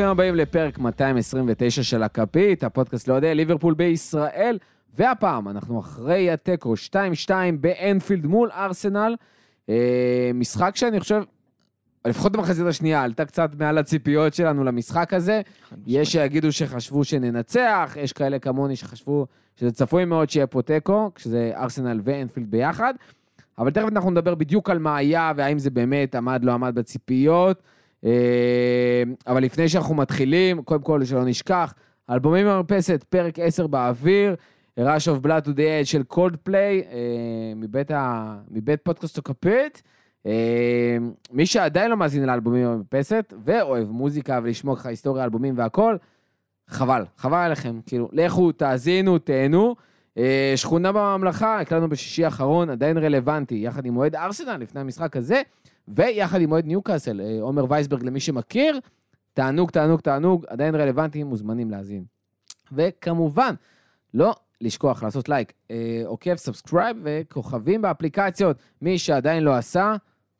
ברוכים הבאים לפרק 229 של הכפית, הפודקאסט לאוהדי ליברפול בישראל, והפעם אנחנו אחרי הטקו 2-2 באנפילד מול ארסנל, משחק שאני חושב, לפחות במחצית השנייה, עלתה קצת מעל הציפיות שלנו למשחק הזה, יש שיגידו שחשבו שננצח, יש כאלה כמוני שחשבו שזה צפוי מאוד שיהיה פה טקו, כשזה ארסנל ואנפילד ביחד, אבל תכף אנחנו נדבר בדיוק על מה היה, והאם זה באמת עמד לא עמד בציפיות, אבל לפני שאנחנו מתחילים, קודם כל שלא נשכח, אלבומים במרפסת, פרק 10 באוויר, Rush of Blood to the Edge של Coldplay, מבית פודקאסט הכפית, מי שעדיין לא מאזין לאלבומים במרפסת, ואוהב מוזיקה ולשמוע לך היסטוריה, אלבומים והכל, חבל עליכם, כאילו, לכו, תאזינו, תהנו, שכונה בממלכה, הקלטנו בשישי האחרון, עדיין רלוונטי, יחד עם מועד ארסנל לפני המשחק הזה, ויחד עם מועד ניוקאסל, עומר וייסברג למי שמכיר, תענוג, עדיין רלוונטיים, מוזמנים להזין. וכמובן, לא לשכוח לעשות לייק, עוקב, סאבסקרייב וכוכבים באפליקציות, מי שעדיין לא עשה,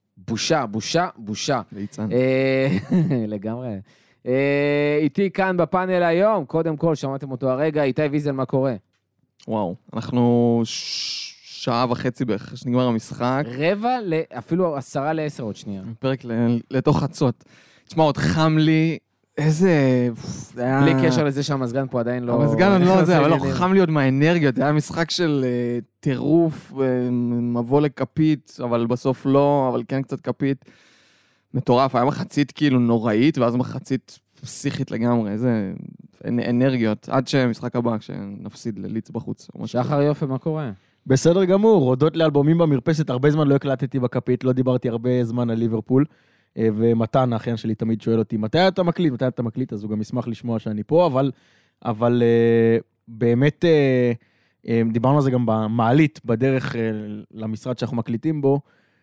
בושה. ליצן. לגמרי. איתי כאן בפאנל היום, קודם כל, שמעתם אותו הרגע, איתי ויזל, מה קורה? וואו, אנחנו שעה וחצי בערך שנגמר המשחק. אפילו 10:10 עוד שנייה. פרק לתוך חצות. תשמע, עוד חם לי, איזה... בלי קשר לזה שהמזגן פה עדיין לא... המזגן לא זה, אבל לא חם לי עוד מהאנרגיות. זה היה משחק של טירוף, מבוא לכפית, אבל בסוף לא, אבל כן קצת כפית. מטורף, היה מחצית כאילו נוראית, ואז מחצית פסיכית לגמרי, איזה אנרגיות. עד שמשחק הבא, כשנפסיד לליץ בחוץ. שחר יופי, מה קורה? בסדר גמור, הודות לאלבומים במרפסת, הרבה זמן לא הקלטתי בכפית, לא דיברתי הרבה זמן על ליברפול, ומתן, האחיין שלי, תמיד שואל אותי, מתי אתה מקליט, אז הוא גם ישמח לשמוע שאני פה, אבל באמת, דיברנו על זה גם במעלית, בדרך למשרד שאנחנו מקליטים בו,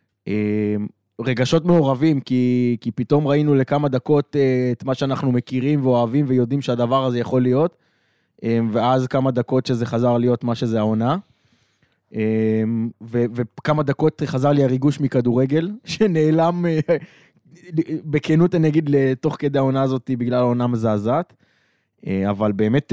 רגשות מעורבים, כי פתאום ראינו לכמה דקות את מה שאנחנו מכירים ואוהבים, ויודעים שהדבר הזה יכול להיות, ואז כמה דקות שזה חזר להיות מה שזה העונה, וכמה דקות חזר לי הריגוש מכדורגל, שנעלם בכנות אני אגיד לתוך כדי העונה הזאת בגלל העונה מזעזעת, אבל באמת,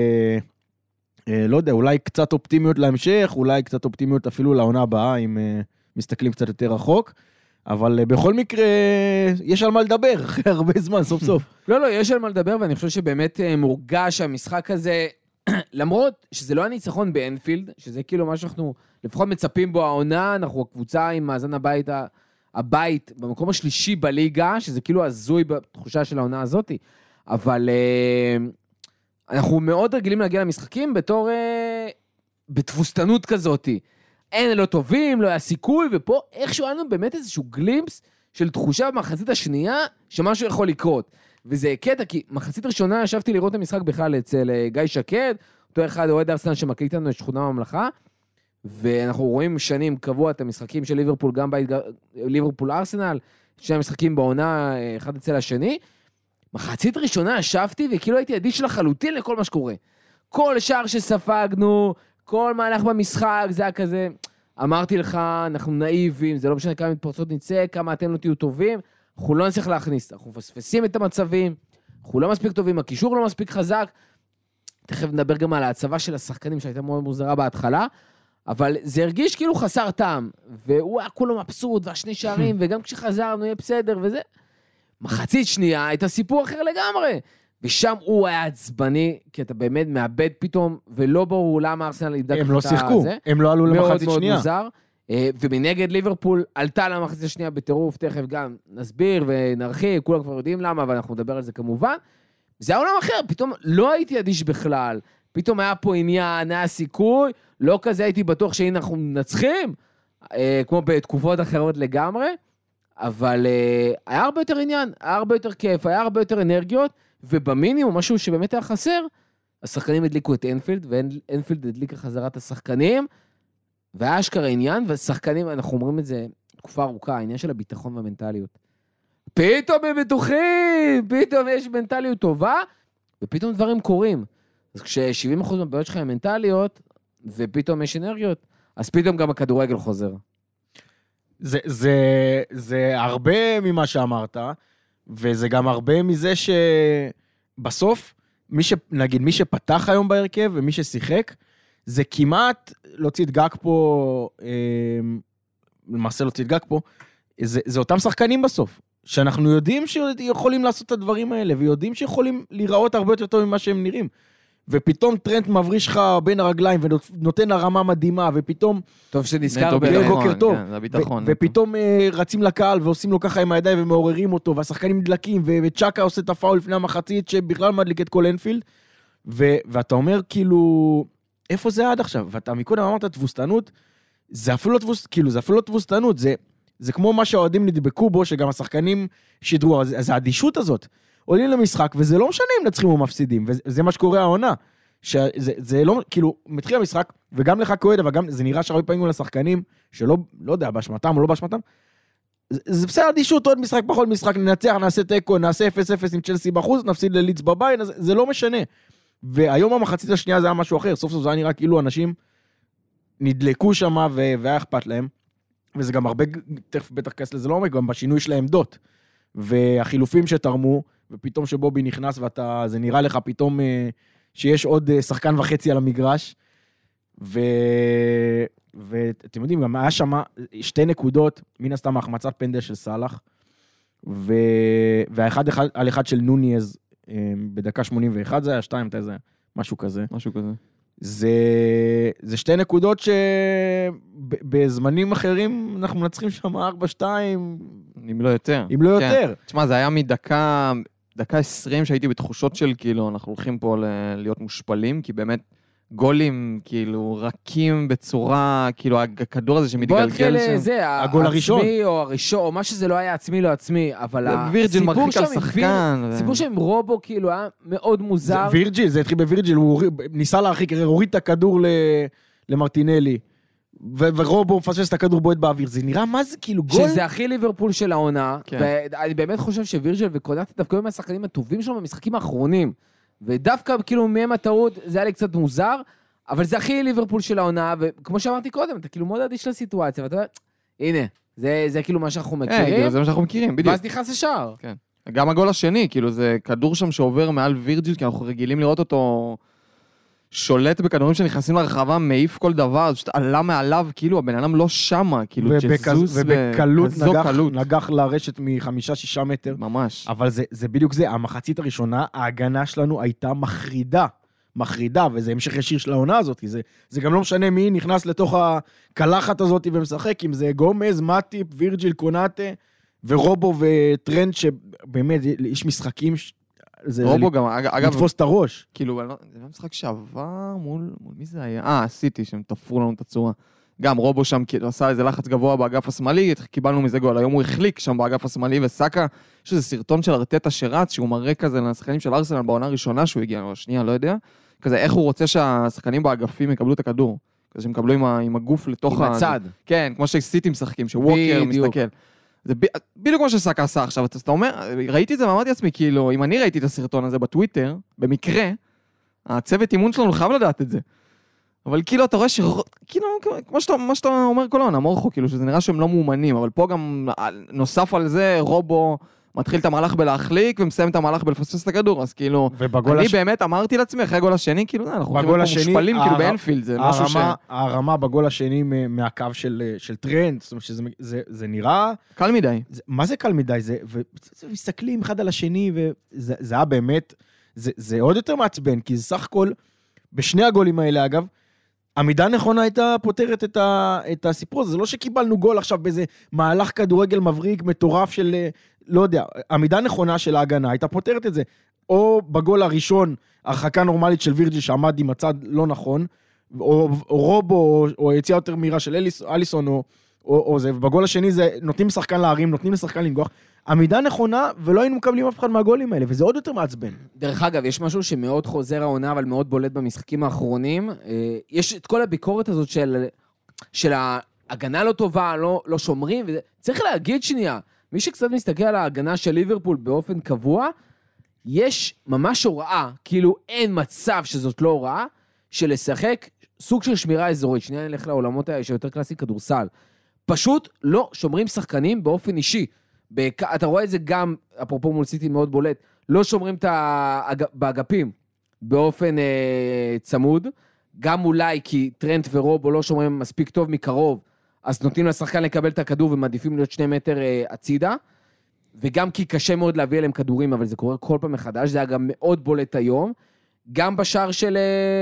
לא יודע, אולי קצת אופטימיות להמשך, אולי קצת אופטימיות אפילו לעונה הבאה, אם מסתכלים קצת יותר רחוק, אבל בכל מקרה, יש על מה לדבר, אחרי הרבה זמן, סוף סוף. לא, יש על מה לדבר, ואני חושב שבאמת מורגש המשחק הזה, למרות שזה לא הניצחון באנפילד, שזה כאילו מה שאנחנו לפחות מצפים בו העונה, אנחנו הקבוצה עם מאזן הבית במקום השלישי בליגה, שזה כאילו הזוי בתחושה של העונה הזאת, אבל אנחנו מאוד רגילים להגיע למשחקים בתור, בתבוסתנות כזאת. אין לא טובים, לא היה סיכוי, ופה איכשהו היה לנו באמת איזשהו גלימפס של תחושה במחצית השנייה, שמשהו יכול לקרות. וזה קטע, כי מחצית ראשונה ישבתי לראות את המשחק בכלל אצל גיא שקד, אותו אחד אוהד ארסנל שמקליט לנו את שכונה ממלכה, ואנחנו רואים שנים קבוע את המשחקים של ליברפול, גם ליברפול ארסנל, שני המשחקים בעונה, אחד אצל השני. מחצית ראשונה ישבתי, וכאילו הייתי אדיש לחלוטין לכל מה שקורה. כל שער שספגנו, כל מהלך במשחק, זה היה כזה, אמרתי לך, אנחנו נאיבים, זה לא משנה כמה מתפרצות נצא, כמה אתם לא תהיו טובים, אנחנו לא נצטרך להכניס, אנחנו מפספסים את המצבים, אנחנו לא מספיק טובים, הקישור לא מספיק חזק, תכף נדבר גם על ההצבה של השחקנים שהייתה מאוד מוזרה בהתחלה, אבל זה הרגיש כאילו חסר טעם, והוא היה כולו מבסוט, והשני שערים, וגם כשחזרנו יהיה בסדר, וזה, מחצית שנייה, הייתה סיפור אחר לגמרי, ושם הוא היה עצבני, כי אתה באמת מאבד פתאום, ולא ברור למה ארסנל איבדה הם לא שיחקו, הם לא עלו למחצית שנייה. מאוד מוזר, ומנגד ליברפול עלתה למחצית השנייה בטירוף, תכף גם נסביר ונרחיב, כולם כבר יודעים למה, אבל אנחנו נדבר על זה כמובן. זה היה עולם אחר, פתאום לא הייתי אדיש בכלל, פתאום היה פה עניין, היה סיכוי, לא כזה הייתי בטוח שהנה אנחנו מנצחים, כמו בתקופות אחרות לגמרי, אבל היה הרבה יותר עניין, היה הרבה יותר כיף, היה הרבה יותר אנרגיות, ובמינימום, משהו שבאמת היה חסר, השחקנים הדליקו את אנפילד, ואנפילד הדליקה חזרת השחקנים, והיה אשכרה עניין, והשחקנים, אנחנו אומרים את זה תקופה ארוכה, העניין של הביטחון והמנטליות. פתאום הם בטוחים, פתאום יש מנטליות טובה, ופתאום דברים קורים. אז כש-70% מהבעיות שלך הן מנטליות, ופתאום יש אנרגיות, אז פתאום גם הכדורגל חוזר. זה הרבה ממה שאמרת, וזה גם הרבה מזה בסוף, נגיד, מי שפתח היום בהרכב ומי ששיחק, זה כמעט להוציא את גג פה, למעשה להוציא את גג פה, זה אותם שחקנים בסוף, שאנחנו יודעים שיכולים לעשות את הדברים האלה, ויודעים שיכולים להיראות הרבה יותר טוב ממה שהם נראים. ופתאום טרנט מבריש לך בין הרגליים, ונותן הרמה מדהימה, ופתאום... טוב שנזכר בוקר טוב. זה הביטחון. ופתאום רצים לקהל, ועושים לו ככה עם הידיים, ומעוררים אותו, והשחקנים מדלקים, וצ'אקה עושה את הפאול לפני המחצית, שבכלל מדליק את כל אנפילד, ואתה אומר כאילו, איפה זה עד עכשיו? ואתה מקודם אמרת תבוסתנות, זה אפילו לא תבוסתנות, זה כמו מה שהאוהדים נדבקו בו, שגם השחקנים שידרו, אז האדישות הזאת, עולים למשחק, וזה לא משנה אם נצחים או מפסידים, וזה מה שקורה העונה, שזה לא, כאילו, מתחיל המשחק, וגם לך כועד, אבל גם זה נראה שהרבה פעמים לשחקנים, שלא, לא יודע, באשמתם או לא באשמתם, זה בסדר אדישות, עוד משחק פחות משחק, ננצח, נעשה טקו, נעשה 0-0 עם צ'לסי בחוץ, נפסיד לליץ בבית, זה לא משנה. והיום המחצית השנייה זה היה משהו אחר, סוף סוף זה היה נראה כאילו אנשים נדלקו שם והיה אכפת להם, וזה גם הרבה, תכף בטח כס לזה לא אומר, גם בשינוי של העמדות, והחילופים שתרמו, ופתאום שבובי נכנס זה נראה לך פתאום שיש עוד שחקן וחצי על המגרש, ואתם יודעים, גם היה שם 2 נקודות, מן הסתם החמצת פנדל של סלאח, והאחד על אחד של נוניאז, בדקה 81 זה היה 2, זה היה משהו כזה. זה 2 נקודות שבזמנים אחרים אנחנו מנצחים שם 4-2. אם לא יותר. אם לא יותר. תשמע, זה היה דקה 20 שהייתי בתחושות של כאילו, אנחנו הולכים פה להיות מושפלים, כי באמת גולים כאילו רכים בצורה, כאילו הכדור הזה שמתגלגל שם. בוא נתחיל זה, הגול הראשון. העצמי או הראשון, או מה שזה לא היה עצמי לא עצמי, אבל וירג'יל מרחיק על שחקן. הסיפור שם עם רובו כאילו היה מאוד מוזר. וירג'יל, זה התחיל בווירג'יל, הוא ניסה להרחיק, הוריד את הכדור למרטינלי, ורובו מפספס את הכדור בועט באוויר, זה נראה מה זה כאילו גול? שזה הכי ליברפול של העונה, ואני באמת חושב שווירג'יל וקונאטה דווקא הם השחקנים הטובים שלו במשחקים האחרונים, ודווקא כאילו מהם הטעות, זה היה לי קצת מוזר, אבל זה הכי ליברפול של העונה, וכמו שאמרתי קודם, אתה כאילו מאוד אדיש לסיטואציה, ואתה אומר, הנה, זה כאילו מה שאנחנו מכירים. זה מה שאנחנו מכירים, בדיוק. ואז נכנס לשער. כן. גם הגול השני, כאילו זה כדור שם שעובר מעל וירג'יל, כי אנחנו רגילים לראות אותו שולט בכדורים שנכנסים לרחבה, מעיף כל דבר, פשוט עלה מעליו, כאילו הבן אדם לא שמה, כאילו ג'זוס ובקלות נגח לרשת מ5-6 מטר. ממש. אבל זה בדיוק זה, המחצית הראשונה, ההגנה שלנו הייתה מחרידה, וזה המשך ישיר של העונה הזאת, כי זה גם לא משנה מי נכנס לתוך הקלחת הזאת ומשחק, אם זה גומז, מטיפ, וירג'יל, קונאטה, ורובו וטרנט, שבאמת יש משחקים, רובו גם, אגב, לתפוס את הראש. כאילו, זה לא משחק שעבר מול מי זה היה? סיטי, שהם תפרו לנו את הצורה. גם רובו שם עשה איזה לחץ גבוה באגף השמאלי, קיבלנו מזה גול. היום הוא החליק שם באגף השמאלי, וסאקה, יש איזה סרטון של ארטטה שרץ, שהוא מראה כזה לשחקנים של ארסנל בעונה הראשונה שהוא הגיע, או השנייה, לא יודע. כזה, איך הוא רוצה שהשחקנים באגפים יקבלו את הכדור. כזה שהם יקבלו עם הגוף לתוך עם הצד. כן, כמו שסיטי משחקים, שווקר מסתכל. זה בדיוק כמו שסאקה עשה עכשיו, אתה אומר, ראיתי את זה ואמרתי לעצמי, כאילו, אם אני ראיתי את הסרטון הזה בטוויטר, במקרה, הצוות אימון שלנו חייב לדעת את זה. אבל כאילו, אתה רואה כאילו, כמו שאתה אומר כל העונה, מורחו, כאילו, שזה נראה שהם לא מאומנים, אבל פה גם, נוסף על זה, רובו מתחיל את המהלך בלהחליק, ומסיים את המהלך בלפספס את הכדור, אז כאילו, אני באמת אמרתי לעצמי, אחרי הגול השני, כאילו, אנחנו הולכים פה מושפלים, כאילו, באנפילד, זה משהו ש... הרמה בגול השני מהקו של טרנט, זאת אומרת שזה נראה... קל מדי. מה זה קל מדי? ומסתכלים אחד על השני, וזה היה באמת, זה עוד יותר מעצבן, כי זה סך הכל, בשני הגולים האלה, אגב, עמידה נכונה הייתה פותרת את הסיפור הזה, זה לא שקיבלנו גול עכשיו באיזה מהלך כדורגל מבריק, מטורף של, לא יודע, עמידה נכונה של ההגנה, הייתה פותרת את זה, או בגול הראשון, הרחקה נורמלית של וירג'יל שעמד עם הצד לא נכון, או רובו, או יציאה יותר מהירה של אליסון, או זה, ובגול השני זה, נותנים לשחקן להרים, נותנים לשחקן לנגוח, עמידה נכונה, ולא היינו מקבלים אף אחד מהגולים האלה, וזה עוד יותר מעצבן. דרך אגב, יש משהו שמאוד חוזר העונה, אבל מאוד בולט במשחקים האחרונים. יש את כל הביקורת הזאת של ההגנה לא טובה, לא שומרים, צריך להגיד שנייה, מי שקצת מסתכל על ההגנה של ליברפול באופן קבוע, יש ממש הוראה, כאילו אין מצב שזאת לא הוראה, של לשחק סוג של שמירה אזורית. שנייה נלך לעולמות שיותר קלאסי כדורסל. פשוט לא שומרים שחקנים באופן אישי. אתה רואה את זה גם, אפרופו מול סיטי מאוד בולט, לא שומרים באגפים באופן צמוד, גם אולי כי טרנט ורובו לא שומרים מספיק טוב מקרוב, אז נותנים לשחקן לקבל את הכדור ומעדיפים להיות 2 מטר הצידה, וגם כי קשה מאוד להביא אליהם כדורים, אבל זה קורה כל פעם מחדש, זה היה גם מאוד בולט היום, גם בשער של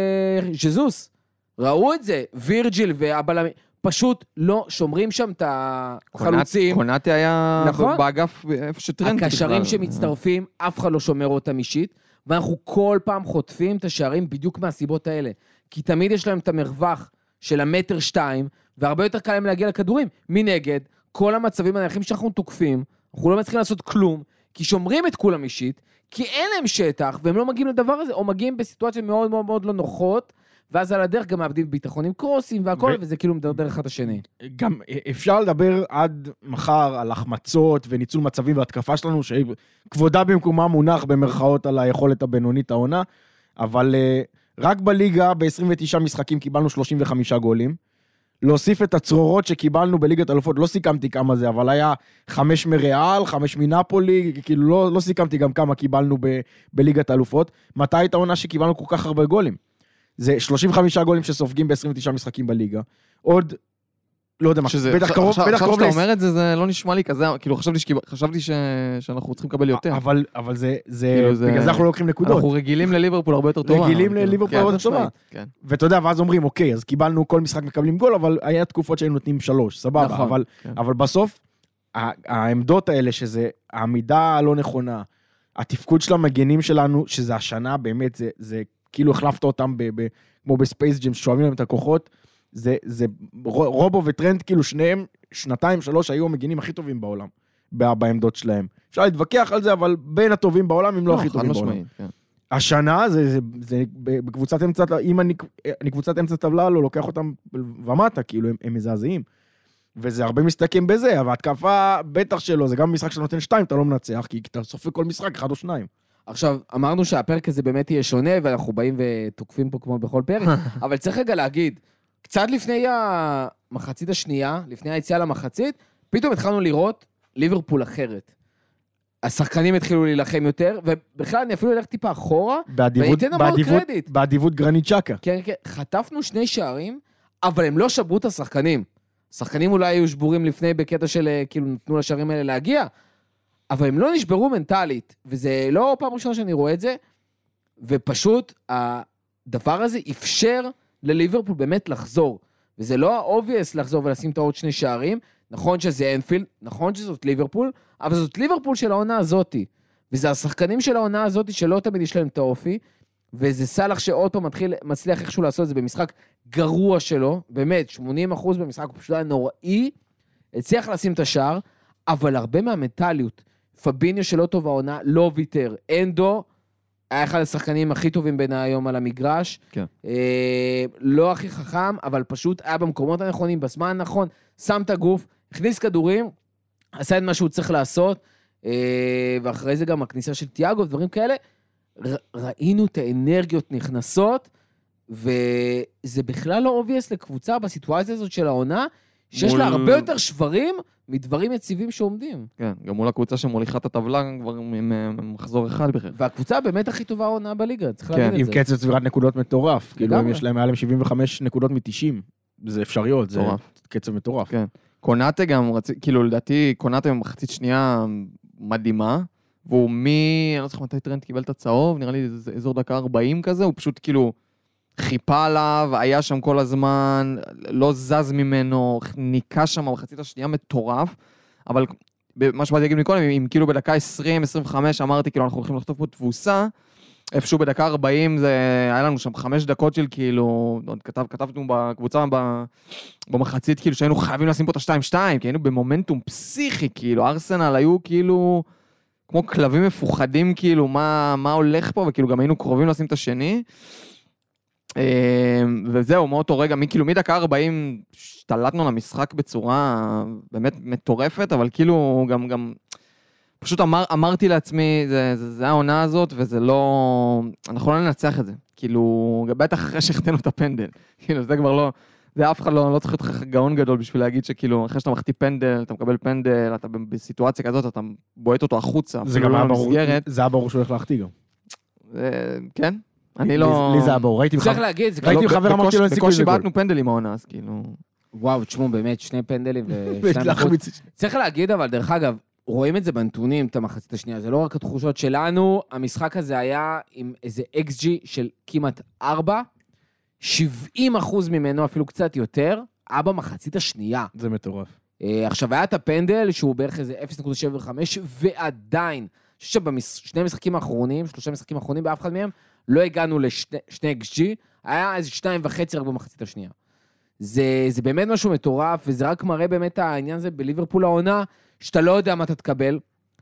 ז'זוס, ראו את זה, וירג'יל והבלמים, פשוט לא שומרים שם את החלוצים. קונאטי היה נכון? באגף איפה שטרנט. הקשרים שמצטרפים, אף אחד לא שומר אותם אישית, ואנחנו כל פעם חוטפים את השערים בדיוק מהסיבות האלה, כי תמיד יש להם את המרווח של 1.2 מטר, והרבה יותר קל להם להגיע לכדורים. מנגד, כל המצבים הנייחים שאנחנו תוקפים, אנחנו לא מצליחים לעשות כלום, כי שומרים את כולם אישית, כי אין להם שטח, והם לא מגיעים לדבר הזה, או מגיעים בסיטואציות מאוד מאוד מאוד לא נוחות, ואז על הדרך גם מאבדים ביטחון עם קרוסים והכל, וזה כאילו מדרדר אחד השני. גם אפשר לדבר עד מחר על החמצות וניצול מצבים והתקפה שלנו, שכבודה במקומה מונח במרכאות על היכולת הבינונית העונה, אבל רק בליגה ב-29 משחקים קיבלנו 35 גולים, להוסיף את הצרורות שקיבלנו בליגת אלופות, לא סיכמתי כמה זה, אבל היה 5 מריאל, 5 מנפולי, כאילו לא סיכמתי גם כמה קיבלנו בליגת אלופות. מתי הייתה עונה שקיבלנו כל כך הרבה גולים? זה 35 גולים שסופגים ב-29 משחקים בליגה. עוד, לא יודע מה, בטח קרוב... עכשיו שאתה אומר את זה, זה לא נשמע לי כזה, כאילו חשבתי שאנחנו צריכים לקבל יותר. אבל זה, בגלל זה אנחנו לא לוקחים נקודות. אנחנו רגילים לליברפול הרבה יותר טובה. רגילים לליברפול הרבה יותר טובה. ואתה יודע, ואז אומרים, אוקיי, אז קיבלנו כל משחק מקבלים גול, אבל היה תקופות שהיינו נותנים 3, סבבה. אבל בסוף, העמדות האלה, שזה העמידה הלא נכונה, התפקוד של המגנים שלנו, שזה השנה, באמת, זה כאילו החלפת אותם כמו בספייס ג'ים, ששואבים להם את הכוחות, זה רובו וטרנט, כאילו שניהם, 2-3 היו המגינים הכי טובים בעולם, בעמדות שלהם. אפשר להתווכח על זה, אבל בין הטובים בעולם, הם לא הכי טובים בעולם. השנה, זה בקבוצת אמצע, אם אני קבוצת אמצע טבלה, לא לוקח אותם ומטה, כאילו הם מזעזעים. וזה הרבה מסתכם בזה, אבל התקפה בטח שלו, זה גם משחק שנותן 2, אתה לא מנצח, כי אתה סופג כל משחק, 1 או 2. עכשיו, אמרנו שהפרק הזה באמת יהיה שונה, ואנחנו באים ותוקפים פה כמו בכל פרק, אבל צריך רגע להגיד, קצת לפני המחצית השנייה, לפני היציאה למחצית, פתאום התחלנו לראות ליברפול אחרת. השחקנים התחילו להילחם יותר, ובכלל אני אפילו אלך טיפה אחורה, וניתן המון קרדיט. באדיבות גרנית צ'קה. כן, כן, חטפנו 2 שערים, אבל הם לא שברו את השחקנים. השחקנים אולי היו שבורים לפני בקטע של, כאילו, נתנו לשערים האלה להגיע, אבל הם לא נשברו מנטלית, וזה לא פעם ראשונה שאני רואה את זה, ופשוט הדבר הזה אפשר לליברפול באמת לחזור, וזה לא obvious לחזור ולשים את עוד 2 שערים, נכון שזה אנפילד, נכון שזאת ליברפול, אבל זאת ליברפול של העונה הזאת, וזה השחקנים של העונה הזאת שלא תמיד יש להם את האופי, וזה סלח שעוד פעם מצליח איכשהו לעשות את זה במשחק גרוע שלו, באמת, 80% במשחק הוא פשוט היה נוראי, הצליח לשים את השער, אבל הרבה מהמנטליות, פביניו שלא טוב העונה, לא ויתר, אנדו, היה אחד השחקנים הכי טובים בין היום על המגרש, כן. לא הכי חכם, אבל פשוט היה במקומות הנכונים, בזמן הנכון, שם את הגוף, הכניס כדורים, עשה את מה שהוא צריך לעשות, ואחרי זה גם הכניסה של תיאגו, דברים כאלה, ראינו את האנרגיות נכנסות, וזה בכלל לא obvious לקבוצה בסיטואציה הזאת של העונה, שיש לה הרבה יותר שברים מדברים יציבים שעומדים. כן, גם מול הקבוצה שמוליכה את הטבלה כבר עם מחזור אחד בכלל. והקבוצה באמת הכי טובה העונה בליגה, צריך להגיד את זה. עם קצב צבירת נקודות מטורף, כאילו אם יש להם מעל 75 נקודות מ-90, זה אפשריות, זה קצב מטורף. כן. קונאטה גם, כאילו לדעתי, קונאטה במחצית שנייה מדהימה, והוא אני לא זוכר מתי טרנט קיבל את הצהוב, נראה לי זה אזור דקה 40 כזה, הוא פשוט כאילו חיפה עליו, היה שם כל הזמן, לא זז ממנו, ניקה שם במחצית השנייה מטורף, אבל מה שבאתי להגיד מקודם, אם כאילו בדקה 20-25 אמרתי, כאילו אנחנו הולכים לכתוב פה תבוסה, איפשהו בדקה 40, היה לנו שם 5 דקות של כאילו, כתבנו בקבוצה במחצית, כאילו שהיינו חייבים לשים פה את ה-2-2, כי היינו במומנטום פסיכי, כאילו, ארסנל היו כאילו, כמו כלבים מפוחדים, כאילו, מה הולך פה, וכאילו גם היינו קרובים לשים את השני, וזהו, מאותו רגע, כאילו מדקה 40, השתלטנו למשחק בצורה באמת מטורפת, אבל כאילו גם פשוט אמרתי לעצמי, זה העונה הזאת, וזה לא, אנחנו לא ננצח את זה, כאילו, בטח אחרי שהחטאנו את הפנדל, כאילו, זה כבר זה אף אחד לא צריך להיות לך גאון גדול בשביל להגיד שכאילו, אחרי שאתה מחטיא פנדל, אתה מקבל פנדל, אתה בסיטואציה כזאת, אתה בועט אותו החוצה. זה גם היה ברור, זה היה ברור שהוא הולך להחטיא גם. כן? אני לא... לי זה היה ברור, ראיתי מחבר אמרתי לו אין סיכוי בקושי בעטנו פנדלים העונה, אז כאילו... וואו, תשמעו, באמת, 2 פנדלים צריך להגיד, אבל דרך אגב, רואים את זה בנתונים, את המחצית השנייה, זה לא רק התחושות שלנו, המשחק הזה היה עם איזה XG של כמעט 4, 70% ממנו, אפילו קצת יותר, היה במחצית השנייה. זה מטורף. עכשיו, היה את הפנדל, שהוא בערך איזה 0.75, ועדיין, אני חושב שבשני משחקים האחרונים, 3 משחקים האחרונים, באף אחד מהם, לא הגענו לשני XG, היה איזה 2.5 רק במחצית השנייה. זה באמת משהו מטורף, וזה רק מראה באמת העניין הזה בליברפול העונה, שאתה לא יודע מה אתה תקבל,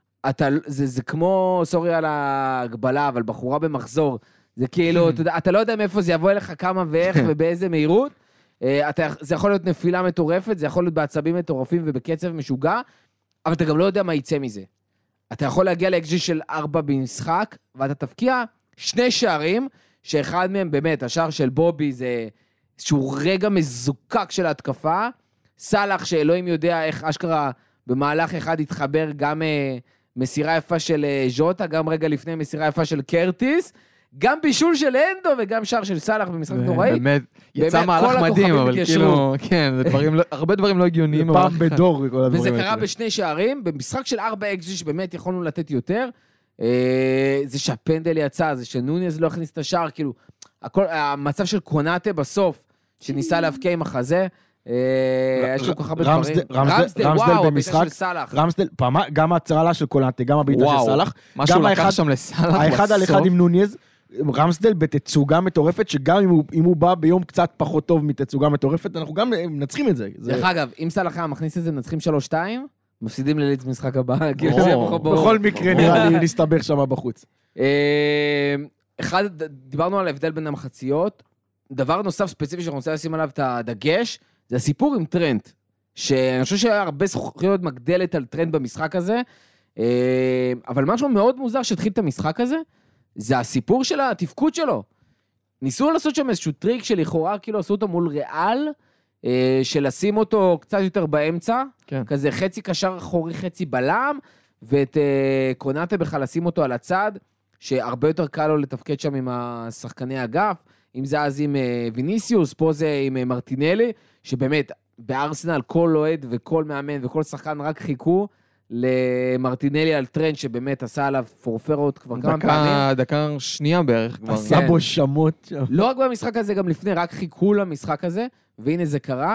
זה כמו, סורי על ההגבלה, אבל בחורה במחזור, זה כאילו, אתה לא יודע מאיפה זה יבוא אליך כמה ואיך ובאיזה מהירות, זה יכול להיות נפילה מטורפת, זה יכול להיות בעצבים מטורפים ובקצב משוגע, אבל אתה גם לא יודע מה יצא מזה. אתה יכול להגיע ל-XG של 4 במשחק, ואתה תפקיע 2 שערים, שאחד מהם באמת, השער של בובי זה איזשהו רגע מזוקק של ההתקפה, סלח שאלוהים יודע איך אשכרה במהלך אחד התחבר גם מסירה יפה של ז'וטה, גם רגע לפני מסירה יפה של קרטיס, גם בישול של אנדו וגם שער של סלח במשחק נוראי. באמת, יצא מהלך מדהים, אבל כאילו, כן, הרבה דברים לא הגיוניים. זה פעם בדור וכל הדברים. וזה קרה ב2 שערים, במשחק של 4 XG שבאמת יכולנו לתת יותר, זה שהפנדל יצא, זה שנוניז לא הכניס את השער, כאילו, המצב של קונאטה בסוף, שניסה להבקיע עם החזה, יש לו כל כך הרבה דברים. רמסדל במשחק, רמסדל, גם ההצלה של קונאטה, גם הבעיטה של סלח, משהו לקח שם לסלח האחד על אחד עם נוניז, רמסדל בתצוגה מטורפת, שגם אם הוא בא ביום קצת פחות טוב מתצוגה מטורפת, אנחנו גם מנצחים את זה. דרך אגב, אם סלח היה מכניס את זה, מנצחים 3-2, מפסידים לליץ משחק הבא. בכל מקרה נראה לי נסתבך שם בחוץ. דיברנו על ההבדל בין המחציות, דבר נוסף ספציפי שאני רוצה לשים עליו את הדגש, זה הסיפור עם טרנט, שאני חושב שהיה הרבה זכויות מגדלת על טרנט במשחק הזה, אבל משהו מאוד מוזר שהתחיל את המשחק הזה, זה הסיפור של התפקוד שלו. ניסו לעשות שם איזשהו טריק שלכאורה, כאילו עשו אותו מול ריאל, של לשים אותו קצת יותר באמצע, כן. כזה חצי קשר אחורי, חצי בלם, ואת קונאטה בכלל לשים אותו על הצד, שהרבה יותר קל לו לתפקד שם עם השחקני אגף, אם זה אז עם ויניסיוס, פה זה עם מרטינלי, שבאמת בארסנל כל אוהד וכל מאמן וכל שחקן רק חיכו למרטינלי על טרנד, שבאמת עשה עליו פורפרות כבר כמה פעמים. דקה שנייה בערך כבר. עשה בו שמות. לא רק במשחק הזה, גם לפני, רק חיכו למשחק הזה, והנה זה קרה,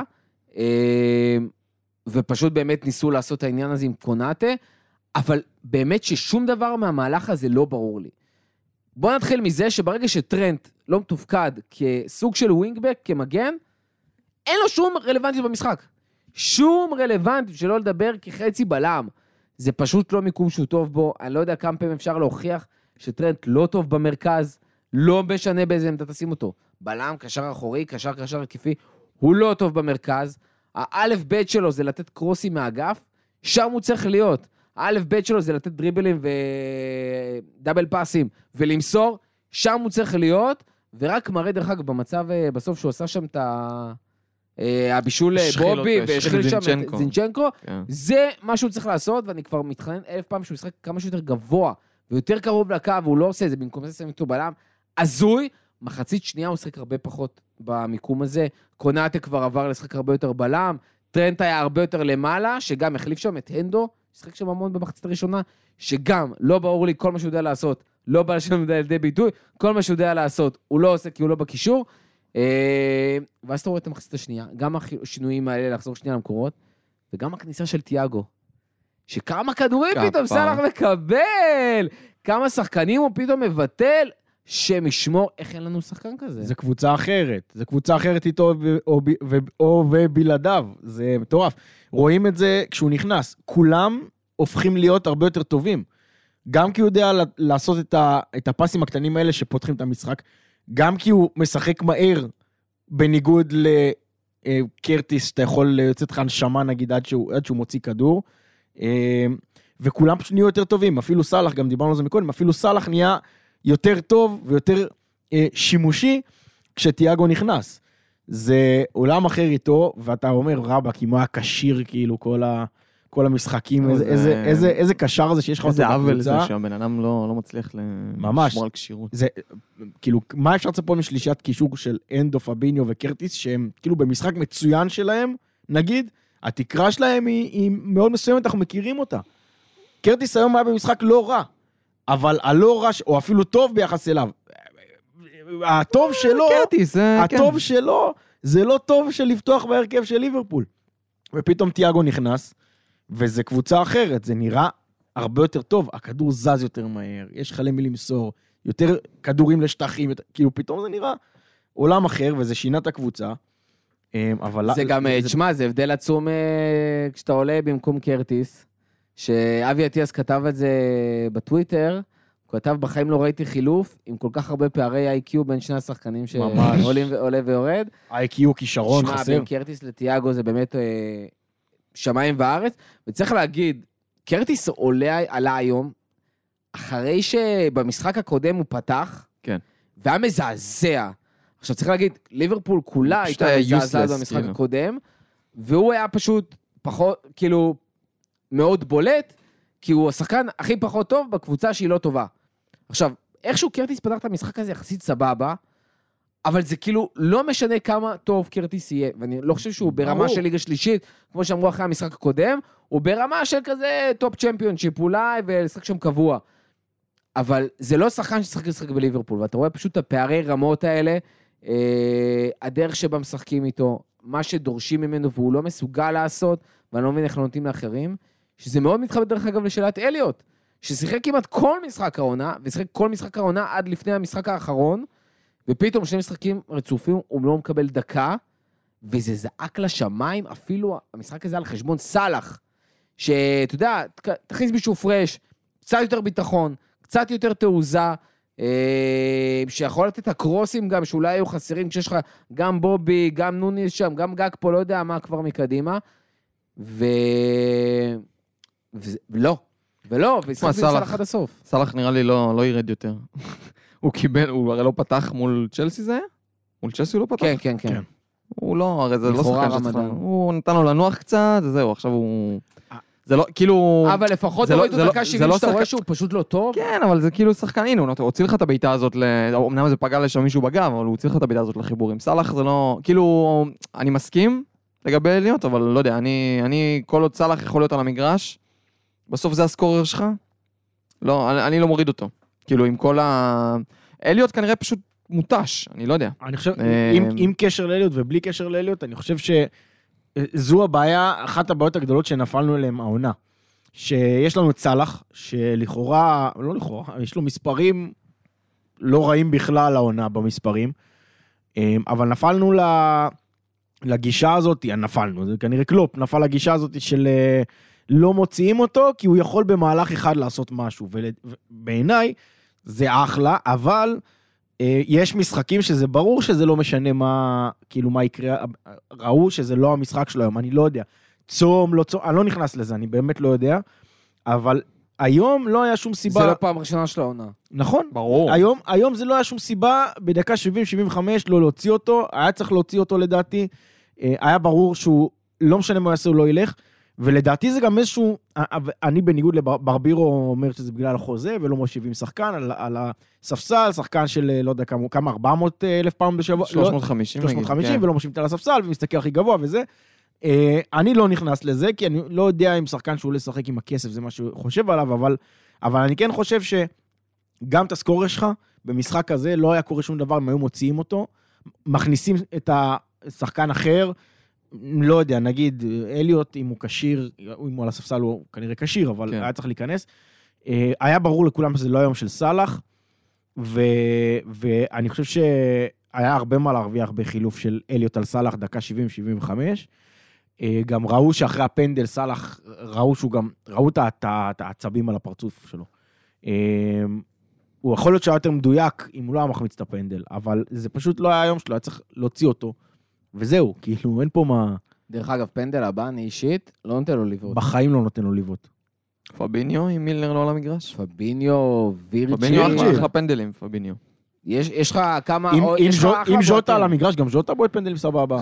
ופשוט באמת ניסו לעשות את העניין הזה עם קונאטה, אבל באמת ששום דבר מהמהלך הזה לא ברור לי. בוא נתחיל מזה שברגע שטרנט לא מתופקד כסוג של ווינגבק, כמגן, אין לו שום רלוונטיות במשחק. שום רלוונטיות, שלא לדבר כחצי בלם. זה פשוט לא מיקום שהוא טוב בו. אני לא יודע כמה פעמים אפשר להוכיח שטרנט לא טוב במרכז, לא משנה באיזה עמדה תשים אותו. בלם, קשר אחורי, קשר התקפי, הוא לא טוב במרכז. האלף בית שלו זה לתת קרוסים מהאגף, שם הוא צריך להיות. האלף בית שלו זה לתת דריבלים ודאבל פאסים ולמסור, שם הוא צריך להיות, ורק מראה דרך אגב במצב בסוף שהוא עשה שם את הבישול בובי והשחיל שם את זינצ'נקו, זה מה שהוא צריך לעשות, ואני כבר מתחנן 1000 פעם שהוא ישחק כמה שיותר גבוה, ויותר קרוב לקו, והוא לא עושה את זה, במקום זה שמים אותו בלם, הזוי, מחצית שנייה הוא שחק הרבה פחות במיקום הזה, קונאטה כבר עבר לשחק הרבה יותר בלם, טרנט היה הרבה יותר למעלה, שגם החליף שם את הנדו, שחק שם המון במחצית הראשונה, שגם לא ברור לי כל מה שהוא יודע לעשות, לא בא לשם לידי ביטוי, כל מה שהוא יודע לעשות, הוא לא עושה כי הוא לא בקישור, ואז אתה רואה את המחצית השנייה, גם השינויים האלה לחזור שנייה למקורות, וגם הכניסה של תיאגו, שכמה כדורים פתאום סלח מקבל, כמה שחקנים הוא פתאום מבטל, שמשמור, איך אין לנו שחקן כזה? זה קבוצה אחרת, זה קבוצה אחרת איתו או ובלעדיו, זה מטורף. רואים את זה כשהוא נכנס, כולם הופכים להיות הרבה יותר טובים, גם כי הוא יודע לעשות את הפסים הקטנים האלה שפותחים את המשחק, גם כי הוא משחק מהר, בניגוד לקרטיס, שאתה יכול ליוצאת לך נשמה נגיד עד שהוא מוציא כדור, וכולם פשוט נהיו יותר טובים, אפילו סלח, גם דיברנו על זה מקודם, אפילו סלח נהיה יותר טוב ויותר שימושי כשתיאגו נכנס. זה עולם אחר איתו, ואתה אומר, רבא, כי מה הקשיר, כאילו, כל המשחקים, איזה קשר זה שיש לך אותו בקבוצה. איזה עוול בקבוצה. זה שהבן אדם לא מצליח לשמור על קשירות. זה, כאילו, מה אפשר לצפות משלישיית קישור של אנדו, פביניו וקרטיס, שהם כאילו במשחק מצוין שלהם, נגיד, התקרה שלהם היא מאוד מסוימת, אנחנו מכירים אותה. קרטיס היום היה במשחק לא רע, אבל הלא רע, או אפילו טוב ביחס אליו, הטוב שלו, קרטיס, הטוב שלו, זה לא טוב של לפתוח בהרכב של ליברפול. ופתאום תיאגו נכנס, וזה קבוצה אחרת, זה נראה הרבה יותר טוב, הכדור זז יותר מהר, יש לך למי למסור, יותר כדורים לשטחים, כאילו פתאום זה נראה עולם אחר, וזה שינה את הקבוצה. אבל זה גם, תשמע, זה הבדל עצום כשאתה עולה במקום קרטיס, שאבי אטיאס כתב את זה בטוויטר, הוא כתב בחיים לא ראיתי חילוף, עם כל כך הרבה פערי IQ בין שני השחקנים שעולה ויורד. IQ כישרון חסר. שמע, בין קרטיס לתיאגו זה באמת שמיים וארץ, וצריך להגיד, קרטיס עלה היום, אחרי שבמשחק הקודם הוא פתח, כן. והיה מזעזע. עכשיו צריך להגיד, ליברפול כולה הייתה מזעזעת במשחק הקודם, והוא היה פשוט פחות, כאילו, מאוד בולט, כי הוא השחקן הכי פחות טוב בקבוצה שהיא לא טובה. עכשיו, איכשהו קרטיס פתח את המשחק הזה יחסית סבבה, אבל זה כאילו לא משנה כמה טוב קרטיס יהיה, ואני לא חושב שהוא ברמה של ליגה שלישית, כמו שאמרו אחרי המשחק הקודם, הוא ברמה של כזה טופ צ'מפיונשיפ אולי, ולשחק שם קבוע. אבל זה לא שחקן ששחק לשחק בליברפול, ואתה רואה פשוט את הפערי רמות האלה, הדרך שבה משחקים איתו, מה שדורשים ממנו והוא לא מסוגל לעשות, ואני לא מבין איך לא נותנים לאחרים, שזה מאוד מתחבא דרך אגב לשאלת אליוט, ששיחק כמעט כל משחק העונה, ושיחק כל משחק העונה עד לפני המשחק האחרון, ופתאום שני משחקים רצופים, הוא לא מקבל דקה, וזה זעק לשמיים, אפילו המשחק הזה על חשבון סלח, שאתה יודע, תכניס מישהו פרש, קצת יותר ביטחון, קצת יותר תעוזה, שיכול לתת הקרוסים גם, שאולי היו חסרים, כשיש לך גם בובי, גם נוניס שם, גם גג פה, לא יודע מה כבר מקדימה, ולא, וישחק סלח עד הסוף. סלח נראה לי לא ירד יותר. הוא קיבל, הוא הרי לא פתח מול צ'לסי זה? מול צ'לסי הוא לא פתח? כן. הוא לא, הרי זה לא שחקן שצריך לנו. הוא נתן לו לנוח קצת, זהו, עכשיו הוא... זה לא, כאילו... אבל לפחות לא ראיתו דקה 70 שאתה רואה שהוא פשוט לא טוב. כן, אבל זה כאילו שחקן, הנה, הוא הוציא לך את הביתה הזאת, אמנם זה פגע לשם מישהו בגב, אבל הוא הוציא לך את הביתה הזאת לחיבורים. סלח זה לא... כאילו, אני מסכים לגבי אליוט, אבל לא יודע, אני כל עוד סלח יכול להיות על המגרש, בסוף זה הסקורר שלך? לא, אני לא מוריד אותו. כאילו, עם כל אליוט כנראה פשוט מוטש, אני לא יודע. אני חושב, עם קשר לאליוט ובלי קשר לאליוט, אני חושב שזו הבעיה, אחת הבעיות הגדולות שנפלנו אליהם העונה. שיש לנו את סלח, שלכאורה, לא לכאורה, יש לו מספרים לא רעים בכלל העונה במספרים, אבל נפלנו לגישה הזאת, נפלנו, זה כנראה קלופ, נפל לגישה הזאת של לא מוציאים אותו, כי הוא יכול במהלך אחד לעשות משהו, ובעיניי זה אחלה, אבל יש משחקים שזה ברור שזה לא משנה מה, כאילו מה יקרה, ראו שזה לא המשחק שלו היום, אני לא יודע, צום, לא צום, אני לא נכנס לזה, אני באמת לא יודע, אבל היום לא היה שום סיבה. זה לא פעם ראשונה של העונה. נכון. ברור. היום זה לא היה שום סיבה, בדקה 70-75 לא להוציא אותו, היה צריך להוציא אותו לדעתי, היה ברור שהוא לא משנה מה יעשה, הוא לא ילך, ולדעתי זה גם איזשהו, אני בניגוד לברבירו אומר שזה בגלל החוזה, ולא מושיבים שחקן על הספסל, שחקן של לא יודע כמה 400,000 פעם בשבוע, 350 ולא מושיבים על הספסל, ומסתכל הכי גבוה וזה. אני לא נכנס לזה, כי אני לא יודע אם שחקן שהוא לשחק עם הכסף, זה מה שהוא חושב עליו, אבל אני כן חושב שגם את הסקורר שלך, במשחק הזה לא היה קורה שום דבר, אם היו מוציאים אותו, מכניסים את השחקן אחר, לא יודע, נגיד, אליוט, אם הוא קשיר, אם הוא על הספסל הוא כנראה קשיר, אבל כן. היה צריך להיכנס. היה ברור לכולם שזה לא היום של סלח, ואני חושב שהיה הרבה מה להרוויח בחילוף של אליוט על סלח, דקה 70-75. גם ראו שאחרי הפנדל סלח, ראו את העצבים על הפרצוף שלו. הוא יכול להיות שהיה יותר מדויק, אם הוא לא היה מחמיץ את הפנדל, אבל זה פשוט לא היה היום שלו, היה צריך להוציא אותו. וזהו, כאילו, אין פה מה... דרך אגב, פנדל הבא, אני אישית, לא נותן לו ליוות. בחיים לא נותן לו ליוות. פביניו, עם מילנר לא על המגרש? פביניו, וירג'י. פביניו אחלה פנדלים, פביניו. יש לך כמה... אם ז'וטה על המגרש, גם ז'וטה בועט פנדלים סבבה.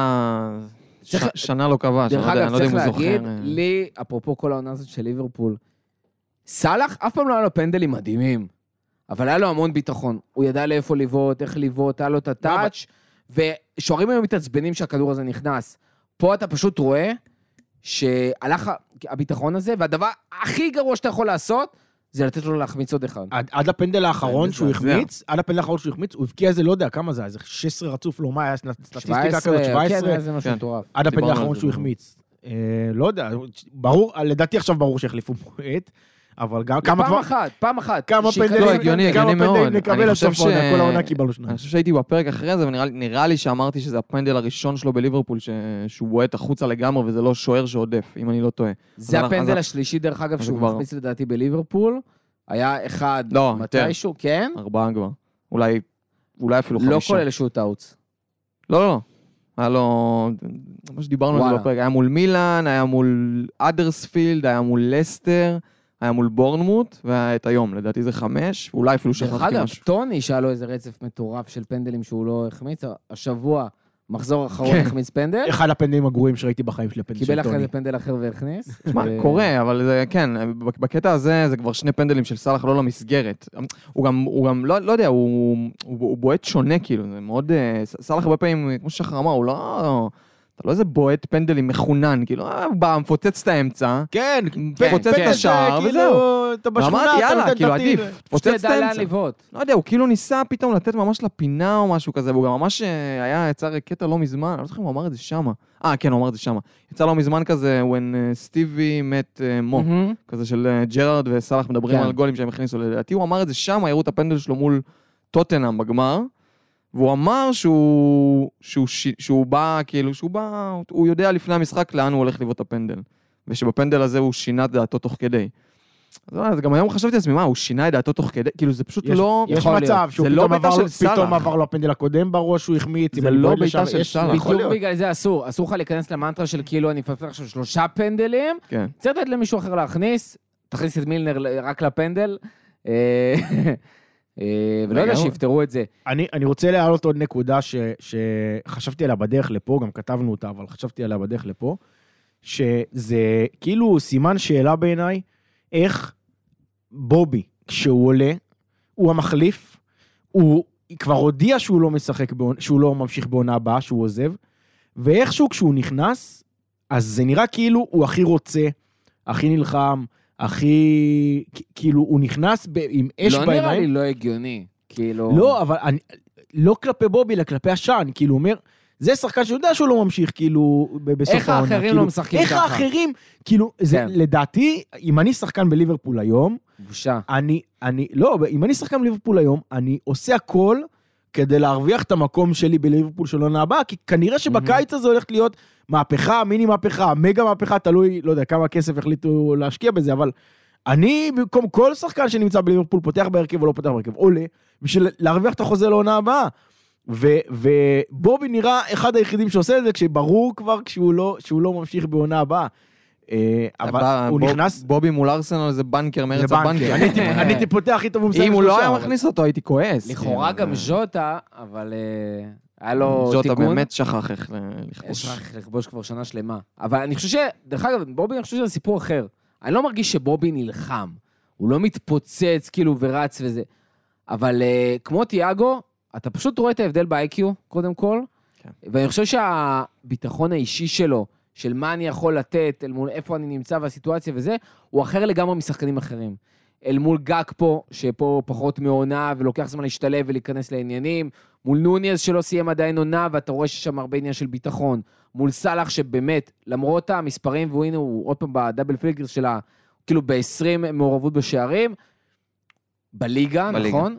שנה לא כבש, דרך אגב, צריך להגיד, לי, אפרופו כל העונה הזאת של ליברפול, סלאח אף פעם לא היה לו פנדלים מדהימים, אבל היה לו המון ביטחון. הוא ידע לאיפה לבעוט, איך לבעוט, היה לו את הטאץ', ושוערים היום מתעצבנים שהכדור הזה נכנס. פה אתה פשוט רואה שהלך הביטחון הזה, והדבר הכי גרוע שאתה יכול לעשות, זה לתת לו להחמיץ עוד אחד. עד הפנדל האחרון שהוא החמיץ, הוא הבקיע איזה, לא יודע כמה זה, איזה 16 רצוף לא, מה היה סטטיסטיקה כזאת, 17? כן, זה משהו מטורף. עד הפנדל האחרון שהוא החמיץ. לא יודע, ברור, לדעתי עכשיו ברור שהחליפו מועט, אבל גם כמה כבר... פעם אחת. כמה פנדלים נקבל לסוף העונה, כל העונה קיבלנו שניים. אני חושב שהייתי בפרק אחרי זה, ונראה לי שאמרתי שזה הפנדל הראשון שלו בליברפול, שהוא בועט החוצה לגמרי, וזה לא שוער שעודף, אם אני לא טועה. זה הפנדל השלישי, דרך אגב, שהוא מחמיץ לדעתי בליברפול. היה אחד מתישהו, כן? 4 כבר. אולי אפילו 5. לא כולל שוט-אוטס. לא. היה לו, מה שדיברנו על זה בפרק, היה מול מילאן, היה מול אדרספילד, היה מול לסטר, היה מול בורנמוט, ואת היום, לדעתי זה 5, ואולי אפילו שכחתי משהו. דרך אגב, טוני שהיה לו איזה רצף מטורף של פנדלים שהוא לא החמיץ, השבוע, מחזור אחרון החמיץ פנדל. אחד הפנדלים הגרועים שראיתי בחיים של הפנדל של טוני. קיבל אחרי זה פנדל אחר והכניס. תשמע, קורה, אבל זה, כן, בקטע הזה זה כבר 2 פנדלים של סלאח לא למסגרת. הוא גם, לא יודע, הוא בועט שונה כאילו, זה מאוד, סלאח הרבה פעמים, כמו ששחר אמר, הוא לא... אתה לא איזה בועט פנדלים מחונן, כאילו, הוא בא, מפוצץ את האמצע, כן, מפוצץ את השער, וזהו. אתה בשכונה, אתה נותן כאילו, עדיף, תפוצץ את האמצע. לא יודע, הוא כאילו ניסה פתאום לתת ממש לפינה או משהו כזה, והוא גם ממש יצא קטע לא מזמן, אני לא זוכר אם הוא אמר את זה שמה. כן, הוא אמר את זה שמה. יצא לא מזמן כזה, when סטיבי מת מו, כזה של ג'רארד וסלאח מדברים על גולים שהם הכניסו. לדעתי הוא אמר את זה שמה, יראו את הפנדל שלו מול טוטנהאם בגמר, והוא אמר שהוא בא, הוא יודע לפני המשחק לאן הוא הולך לבעוט את הפנדל. ושבפנדל הזה הוא שינה את דעתו תוך כדי. אז גם היום חשבתי לעצמי, הוא שינה את דעתו תוך כדי, כאילו זה פשוט לא... יש מצב שהוא פתאום עבר לו הפנדל הקודם בראש, הוא החמיץ. זה לא ביתה של סלאח. בדיוק בגלל זה אסור לך להיכנס למנטרה של כאילו אני מפתח עכשיו 3 פנדלים, צריך לתת למישהו אחר להכניס, תכניס את מילנר רק לפנדל, ולא יודע שיפתרו את זה. אני רוצה להעלות עוד נקודה שחשבתי עליה בדרך לפה, גם כתבנו אותה, אבל חשבתי עליה בדרך לפה, שזה כאילו סימן שאלה בעיניי, איך בובי, כשהוא עולה, הוא המחליף, הוא כבר הודיע שהוא לא משחק, שהוא לא ממשיך בעונה הבאה, שהוא עוזב, ואיכשהו כשהוא נכנס, אז זה נראה כאילו הוא הכי רוצה, הכי נלחם, הכי, כאילו הוא נכנס עם אש בעיניים. לא נראה לי לא הגיוני, כאילו... לא, אבל לא כלפי בובי, אלא כלפי השען, כאילו הוא אומר, זה שחקן שיודע שהוא לא ממשיך, כאילו, בסוף העונה. איך האחרים לא משחקים ככה? איך האחרים, כאילו, זה, לדעתי, אם אני שחקן בליברפול היום, בושה. לא, אם אני שחקן בליברפול היום, אני עושה הכל כדי להרוויח את המקום שלי בליברפול של עונה הבאה, כי כנראה שבקיץ הזה הולכת להיות מהפכה, מיני מהפכה, מגה מהפכה, תלוי, לא יודע, כמה כסף החליטו להשקיע בזה, אבל אני, במקום כל שחקן שנמצא בליברפול, פותח בהרכב או לא פותח בהרכב, עולה, בשביל להרוויח את החוזה לעונה הבאה. ובובי נראה אחד היחידים שעושה את זה, כשברור כבר שהוא לא ממשיך בעונה הבאה. אבל הוא נכנס... בובי מול ארסנל זה בנקר, מרץ הבנקר. אני הייתי פותח הכי טוב אם הוא לא היה מכניס אותו, הייתי כועס. לכאורה גם ז'וטה, אבל היה לו תיקון. ז'וטה באמת שכח איך לכבוש. שכח איך לכבוש כבר שנה שלמה. אבל אני חושב דרך אגב, בובי, אני חושב שזה סיפור אחר. אני לא מרגיש שבובי נלחם. הוא לא מתפוצץ כאילו ורץ וזה. אבל כמו תיאגו, אתה פשוט רואה את ההבדל ב-IQ, קודם כל, ואני חושב שהביטחון האישי שלו, של מה אני יכול לתת, אל מול איפה אני נמצא והסיטואציה וזה, הוא אחר לגמרי משחקנים אחרים. אל מול גג פה, שפה פחות מעונה, ולוקח זמן להשתלב ולהיכנס לעניינים, מול נוניאז שלא סיים עדיין עונה, ואתה רואה ששם הרבה עניין של ביטחון, מול סלאח שבאמת, למרות המספרים, והוא הנה, הוא עוד פעם בדאבל פילגרס שלה, כאילו ב-20 מעורבות בשערים, בליגה, נכון?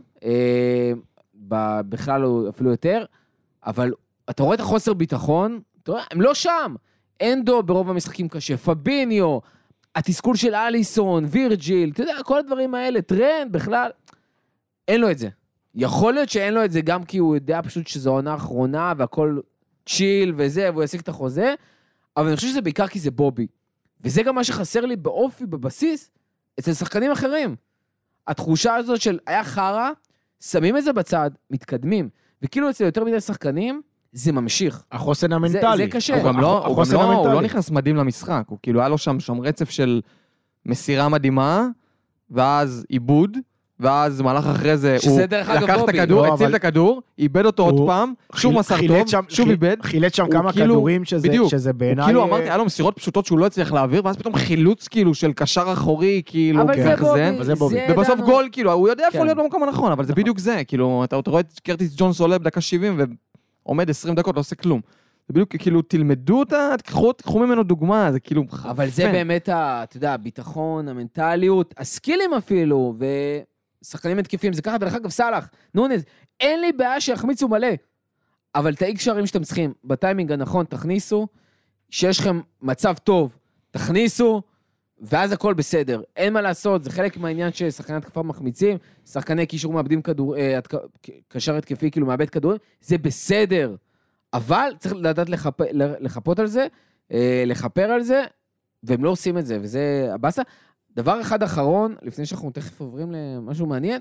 בכלל הוא אפילו יותר, אבל אתה רואה את החוסר ביטחון, אתה רואה, הם לא שם. אנדו ברוב המשחקים קשה, פביניו, התסכול של אליסון, וירג'יל, אתה יודע, כל הדברים האלה, טרנד, בכלל, אין לו את זה. יכול להיות שאין לו את זה גם כי הוא יודע פשוט שזו העונה האחרונה, והכל צ'יל וזה, והוא ישיג את החוזה, אבל אני חושב שזה בעיקר כי זה בובי. וזה גם מה שחסר לי באופי, בבסיס, אצל שחקנים אחרים. התחושה הזאת של היה חרה, שמים את זה בצד, מתקדמים, וכאילו אצל יותר מדי שחקנים, זה ממשיך. החוסן המנטלי. זה קשה. הוא לא נכנס מדהים למשחק, הוא כאילו היה לו שם רצף של מסירה מדהימה, ואז עיבוד, ואז מהלך אחרי זה, הוא לקח את הכדור, הציל את הכדור, איבד אותו עוד פעם, שוב מסר טוב, שוב איבד. חילץ שם כמה כדורים שזה בעיניי... כאילו אמרתי, היה לו מסירות פשוטות שהוא לא הצליח להעביר, ואז פתאום חילוץ כאילו של קשר אחורי, כאילו... אבל זה בובי. ובסוף גול, כאילו, הוא יודע איפה להיות במקום הנכון, אבל זה בדיוק זה, כאילו, אתה רואה את קרטיס ג'ונס עולה בדקה 70, ועומד 20 דקות, לא עושה כלום. זה בדיוק, כאילו, תלמדו אותה, תקחו ממנו דוגמה, זה כאילו... אבל זה באמת, אתה יודע, הביטחון, המנטליות, הסקילים אפילו, ושחקנים התקפים, זה ככה, דרך אגב, סלח, נונז, אין לי בעיה שיחמיצו מלא, אבל תאיג שערים שאתם צריכים, בטיימינג הנכון, תכניסו, שיש לכם מצב טוב, תכניסו, ואז הכל בסדר. אין מה לעשות, זה חלק מהעניין ששחקני התקפה מחמיצים, שחקני קישור מאבדים כדור, קשר התקפי, כאילו מאבד כדור, זה בסדר. אבל צריך לדעת לחפות על זה, לחפר על זה, והם לא עושים את זה, וזה הבאסה. דבר אחד אחרון, לפני שאנחנו תכף עוברים למשהו מעניין,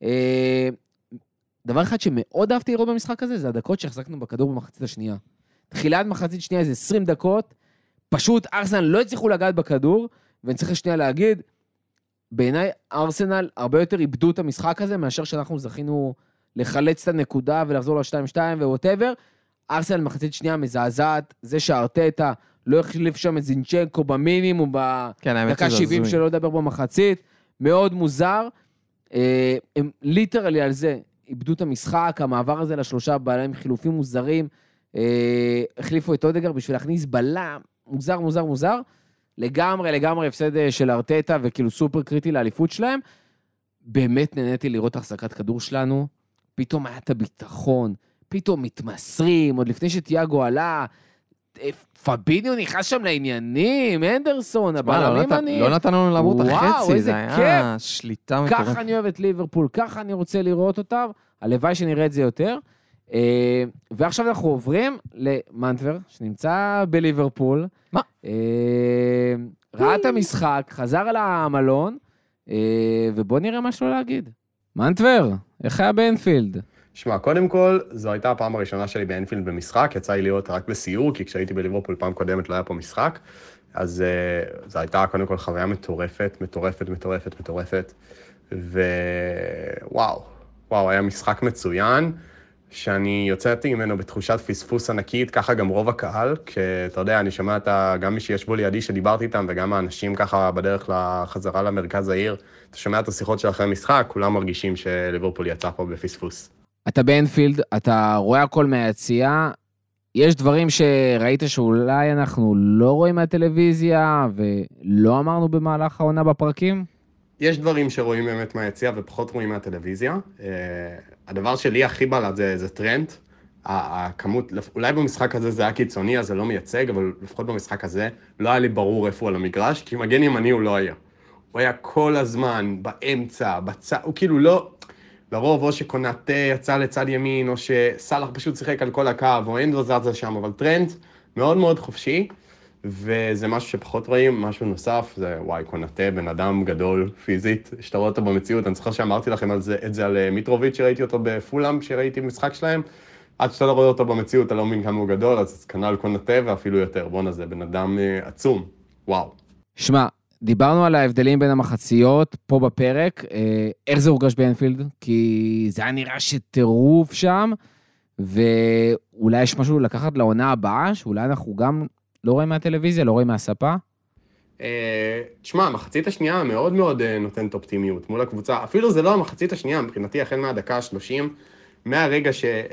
דבר אחד שמאוד אהבתי לראות במשחק הזה, זה הדקות שהחזקנו בכדור במחצית השנייה. תחילת מחצית שנייה זה 20 דקות, פשוט ארסנל לא הצליחו לגעת בכדור, ואני צריך שנייה להגיד, בעיניי ארסנל הרבה יותר איבדו את המשחק הזה, מאשר שאנחנו זכינו לחלץ את הנקודה ולחזור ל-2-2 ווואטאבר. ארסנל מחצית שנייה מזעזעת, זה שארטטה לא החליף שם את זינצ'נקו במינימום, בדקה 70 שלא לדבר במחצית, מאוד מוזר. הם ליטרלי על זה, איבדו את המשחק, המעבר הזה לשלושה בעלים חילופים מוזרים, החליפו את אודגר בשביל להכניס בלם, מוזר. לגמרי הפסד של ארטטה, וכאילו סופר קריטי לאליפות שלהם. באמת נהניתי לראות החזקת כדור שלנו, פתאום היה את הביטחון, פתאום מתמסרים, עוד לפני שתיאגו עלה, פביניו נכנס שם לעניינים, אנדרסון, הבעלים אני... לא נתנו לנו לעבור את החצי, זה היה שליטה מטורפת. ככה אני אוהב את ליברפול, ככה אני רוצה לראות אותם, הלוואי שנראה את זה יותר. ועכשיו אנחנו עוברים למנטבר, שנמצא בליברפול. מה? ראה את המשחק, חזר למלון, ובוא נראה מה שלא להגיד. מנטבר, איך היה באנפילד? שמע, קודם כל, זו הייתה הפעם הראשונה שלי באנפילד במשחק, יצא לי להיות רק בסיור, כי כשהייתי בליברפול פעם קודמת לא היה פה משחק, אז זו הייתה קודם כל חוויה מטורפת, ווואו, היה משחק מצוין, שאני יוצאתי ממנו בתחושת פספוס ענקית, ככה גם רוב הקהל, כשאתה יודע, אני שמע גם מי שישבו לידי שדיברתי איתם, וגם האנשים ככה בדרך לחזרה למרכז העיר, אתה שומע את השיחות של אחרי המשחק, כולם מרגישים שליברפול יצא פה בפספוס. אתה באנפילד, אתה רואה הכל מהיציאה, יש דברים שראית שאולי אנחנו לא רואים מהטלוויזיה, ולא אמרנו במהלך העונה בפרקים? יש דברים שרואים באמת מהיציאה ופחות רואים מהטלוויזיה. הדבר שלי הכי בלט זה טרנד. הכמות, אולי במשחק הזה זה היה קיצוני, אז זה לא מייצג, אבל לפחות במשחק הזה לא היה לי ברור איפה הוא על המגרש, כי מגן ימני הוא לא היה. הוא היה כל הזמן, באמצע, בצד, הוא כאילו לא... לרוב או שקונאטה יצא לצד ימין, או שסלח פשוט שיחק על כל הקו, או אנדו זזה שם, אבל טרנד מאוד מאוד חופשי, וזה משהו שפחות רואים, משהו נוסף, זה וואי, קונאטה, בן אדם גדול פיזית, שאתה רואה אותו במציאות, אני זוכר שאמרתי לכם את זה על מיטרוביץ' שראיתי אותו בפולאם, שראיתי משחק שלהם, עד שאתה לא רואה אותו במציאות, אתה לא מבין כמה הוא גדול, אז כנ"ל קונאטה ואפילו יותר, בוא נזה, בן אדם עצום, וואו. שמע, דיברנו על ההבדלים בין המחציות פה בפרק, איך זה הורגש באנפילד, כי זה היה נראה שטירוף שם, ואולי יש משהו לקחת לעונה הבאה, שאולי אנחנו גם לא רואים מהטלוויזיה, לא רואים מהספה? תשמע, המחצית השנייה מאוד מאוד נותנת אופטימיות מול הקבוצה, אפילו זה לא המחצית השנייה, מבחינתי החל מהדקה ה-30, מהרגע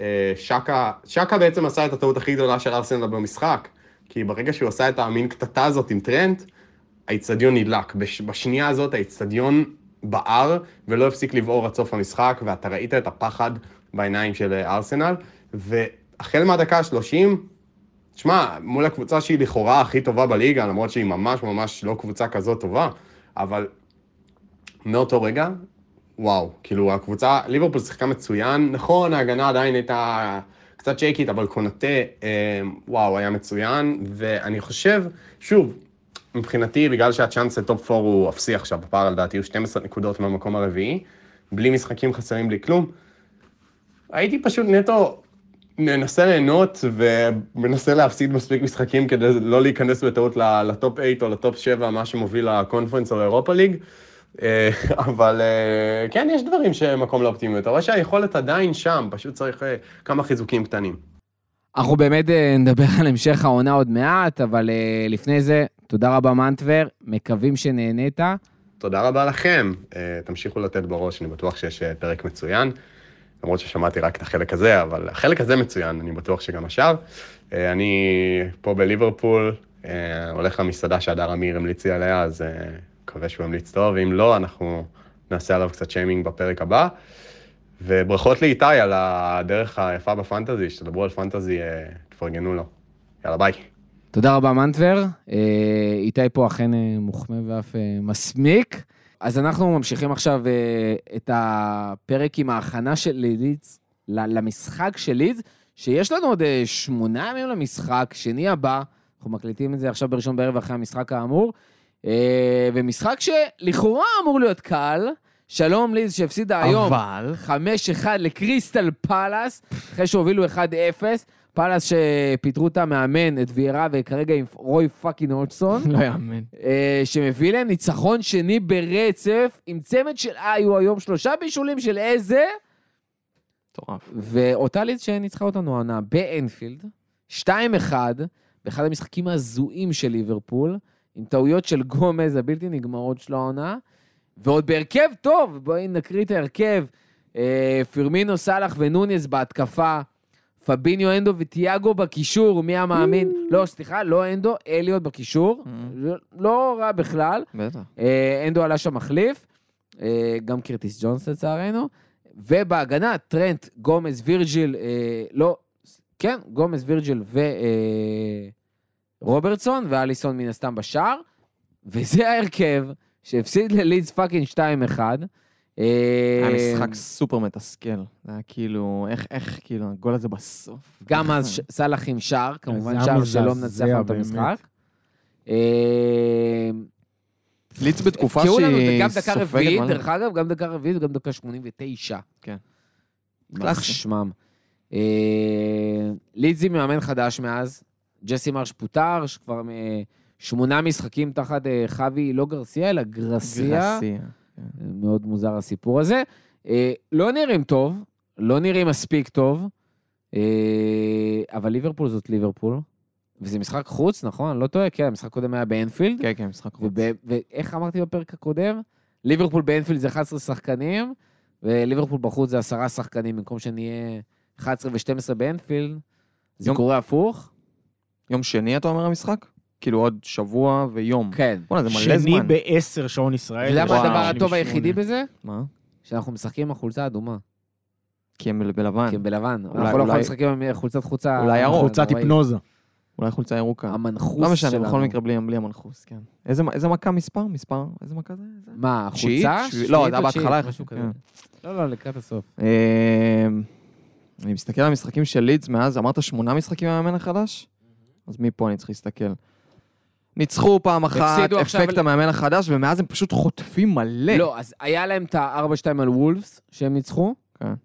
ששקה בעצם עשה את הטעות הכי גדולה של ארסנל במשחק, כי ברגע שהוא עשה את המין קטטה הזאת עם טרנט, האצטדיון נדלק. בשנייה הזאת האצטדיון בער, ולא הפסיק לבעור עד סוף המשחק, ואתה ראית את הפחד בעיניים של ארסנל, והחל מהדקה ה-30, תשמע, מול הקבוצה שהיא לכאורה הכי טובה בליגה, למרות שהיא ממש לא קבוצה כזאת טובה, אבל מאותו רגע, וואו, כאילו הקבוצה, ליברפול שיחקה מצוין, נכון, ההגנה עדיין הייתה קצת שייקית, אבל קונאטה, וואו, היה מצוין, ואני חושב, שוב, מבחינתי, בגלל שהצ'אנס לטופ 4 הוא אפסי עכשיו, בפער על דעתי הוא 12 נקודות מהמקום הרביעי, בלי משחקים חסרים, בלי כלום, הייתי פשוט נטו מנסה ליהנות ומנסה להפסיד מספיק משחקים כדי לא להיכנס בטעות לטופ 8 או לטופ 7, מה שמוביל לקונפרנס או לאירופה ליג. אבל כן, יש דברים שמקום לאופטימיות, אבל שהיכולת עדיין שם, פשוט צריך כמה חיזוקים קטנים. אנחנו באמת נדבר על המשך העונה עוד מעט, אבל לפני זה, תודה רבה מנטבר, מקווים שנהנית. תודה רבה לכם, תמשיכו לתת בראש, אני בטוח שיש פרק מצוין, למרות ששמעתי רק את החלק הזה, אבל החלק הזה מצוין, אני בטוח שגם השאר. אני פה בליברפול, הולך למסעדה שהדר אמיר המליצי עליה, אז מקווה שהוא המליץ טוב, ואם לא, אנחנו נעשה עליו קצת שיימינג בפרק הבא. וברכות לאיתי על הדרך היפה בפנטזי, שתדברו על פנטזי, תפרגנו לו. יאללה, ביי. תודה רבה מנטבר, איתי פה אכן מוחמא ואף מסמיק. אז אנחנו ממשיכים עכשיו את הפרק עם ההכנה של לידס, למשחק של לידס, שיש לנו עוד 8 ימים למשחק, שני הבא, אנחנו מקליטים את זה עכשיו בראשון בערב אחרי המשחק האמור, ומשחק שלכאורה אמור להיות קל, שלום לידס שהפסידה היום 5-1 לקריסטל פלאס, אחרי שהובילו 1-0, פלאס שפיתרו את המאמן, את ויירה, וכרגע עם רוי פאקינג הודסון. לא יאמן. שמביא להם ניצחון שני ברצף, עם צמד של היו היום 3 בישולים של איזה. טורף. ואותה לידס שניצחה אותנו העונה באנפילד, 2-1, באחד המשחקים הזויים של ליברפול, עם טעויות של גומז, הבלתי נגמרות של העונה, ועוד בהרכב טוב, בואי נקריא את ההרכב, פירמינו, סלח ונוניס בהתקפה, פביניו, אנדו וטיאגו בקישור, מי המאמין? לא, סליחה, לא אנדו, אליוט בקישור, לא רע בכלל. בטח. אנדו עלה שם מחליף, גם קרטיס ג'ונס לצערנו, ובהגנה, טרנט, גומז, וירג'יל, לא, כן, גומז, וירג'יל ורוברטסון, ואליסון מן הסתם בשער, וזה ההרכב שהפסיד ללידס פאקינג 2-1, היה משחק סופר מתסכל, זה היה כאילו, איך כאילו, הגול הזה בסוף. גם אז סלח עם שער, כמובן שער שלא מנצח את המשחק. ליץ בתקופה שהיא סופגת. גם דקה רביעית, דרך אגב, גם דקה רביעית וגם דקה 89. כן. קלאסי. ליץ עם מאמן חדש מאז, ג'סי מרש פוטר, שכבר 8 משחקים תחת חווי, לא גרסיה, אלא גרסיה. מאוד מוזר הסיפור הזה. לא נראים טוב, לא נראים מספיק טוב, אבל ליברפול זאת ליברפול, וזה משחק חוץ, נכון? אני לא טועה, כן, המשחק קודם היה באנפילד. כן, כן, משחק חוץ. ואיך אמרתי בפרק הקודם? ליברפול באנפילד זה 11 שחקנים, וליברפול בחוץ זה 10 שחקנים, במקום שנהיה 11 ו-12 באנפילד, זה קורה הפוך. יום שני אתה אומר המשחק? כאילו עוד שבוע ויום. כן. בוא, זה מלא זמן. שני ב10 שעון ישראל. אתה יודע מה הדבר הטוב היחידי בזה? מה? שאנחנו משחקים עם החולצה האדומה. כי הם בלבן. כי הם בלבן. אנחנו לא יכולים לשחקים עם חולצת חוצה... אולי ירוק. חולצת היפנוזה. אולי חולצה ירוקה. המנחוס שלנו. לא משנה, בכל מקרה בלי המנחוס, כן. איזה מכה מספר? איזה מכה זה? מה, החולצה? לא, זה היה בהתחלה. לא, לקראת הסוף. אני מסתכל על המשחקים של לידס מאז, אמרת 8 משחקים מהמאמן החדש? אז מפה אני צריך להסתכל. ניצחו פעם אחת, אפקט המאמן החדש, ומאז הם פשוט חוטפים מלא. לא, אז היה להם את ה-4-2 על וולפס, שהם ניצחו,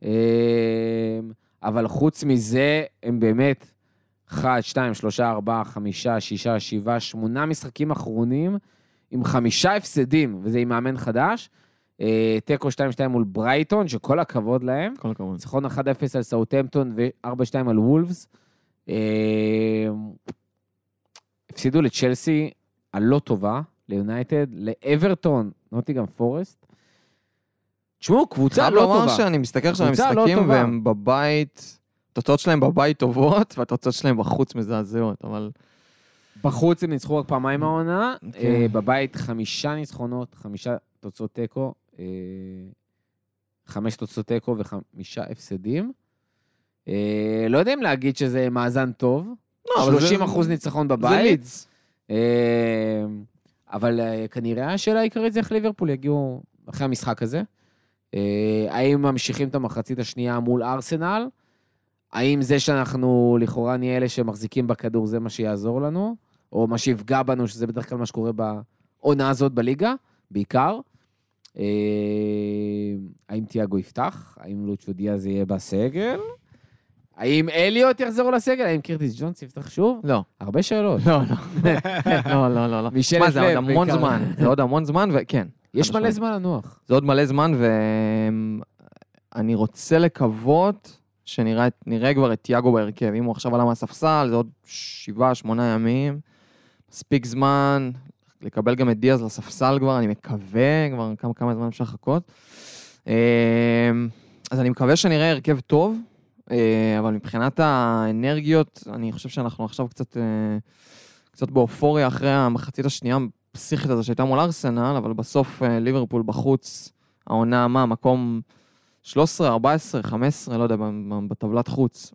אבל חוץ מזה, הם באמת 1, 2, 3, 4, 5, 6, 7, 8 משחקים אחרונים, עם 5 הפסדים, וזה עם מאמן חדש, טקו 2-2 מול ברייטון, שכל הכבוד להם. כל הכבוד. ניצחון 1-0 על סאוטהמפטון ו-4-2 על וולפס. הפסידו לצ'לסי הלא טובה, ליונייטד, לאברטון, נוטיגהאם פורסט. תשמעו, קבוצה לא טובה. חייב לומר שאני מסתכל עכשיו על המשחקים, והם בבית, התוצאות שלהם בבית טובות, והתוצאות שלהם בחוץ מזעזעות, אבל... בחוץ הם ניצחו רק פעמיים העונה, בבית 5 ניצחונות, 5 תוצאות טקו, 5 תוצאות טקו ו5 הפסדים. לא יודעים להגיד שזה מאזן טוב, 30% ניצחון בבית. זה לידס. אבל כנראה השאלה העיקרית זה איך ליברפול יגיעו אחרי המשחק הזה. האם ממשיכים את המחצית השנייה מול ארסנל? האם זה שאנחנו לכאורה נהיה אלה שמחזיקים בכדור זה מה שיעזור לנו? או מה שיפגע בנו, שזה בדרך כלל מה שקורה בעונה הזאת בליגה, בעיקר? האם תיאגו יפתח? האם לוצ'ו דיאז יהיה בסגל? האם אליוט יחזור לסגל? האם קירטיס ג'ונס יפתח שוב? לא. הרבה שאלות. לא. לא. משאלת מה, זה עוד לב, המון בעיקר. זמן. זה עוד המון זמן, וכן. יש מלא זמן לנוח. זה עוד מלא זמן, ואני רוצה לקוות שנראה כבר את תיאגו בהרכב. אם הוא עכשיו עלה מהספסל, זה עוד 7-8 ימים. מספיק זמן לקבל גם את דיאז לספסל כבר, אני מקווה, כבר כמה זמן אפשר לחכות. אז אני מקווה שנראה הרכב טוב, אבל מבחינת האנרגיות, אני חושב שאנחנו עכשיו קצת באופוריה אחרי המחצית השנייה הפסיכית הזו שהייתה מול ארסנל, אבל בסוף ליברפול בחוץ, העונה מקום 13, 14, 15, לא יודע, בטבלת חוץ.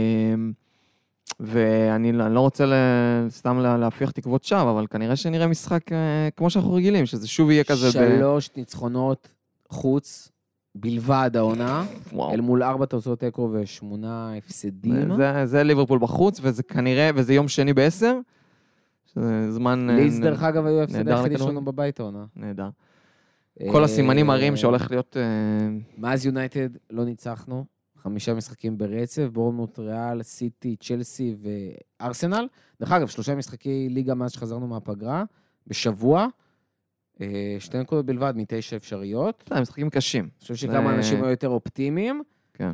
ואני לא רוצה סתם להפיח תקוות שווא, אבל כנראה שנראה משחק כמו שאנחנו רגילים, שזה שוב יהיה כזה 3 ניצחונות חוץ בלבד העונה, אל מול 4 תוצאות תיקו ו8 הפסדים. זה ליברפול בחוץ, וזה כנראה, וזה יום שני ב10, שזה זמן... לידס דרך אגב היו הפסד היחידי שלנו בבית העונה. נהדר. כל הסימנים מראים שהולך להיות... מאז יונייטד לא ניצחנו, 5 משחקים ברצף, בורנמוט, ריאל, סיטי, צ'לסי וארסנל. דרך אגב, 3 משחקי ליגה מאז שחזרנו מהפגרה, בשבוע, 2 נקודות בלבד מ9 אפשריות. משחקים קשים. אני חושב שכמה אנשים היו יותר אופטימיים. כן.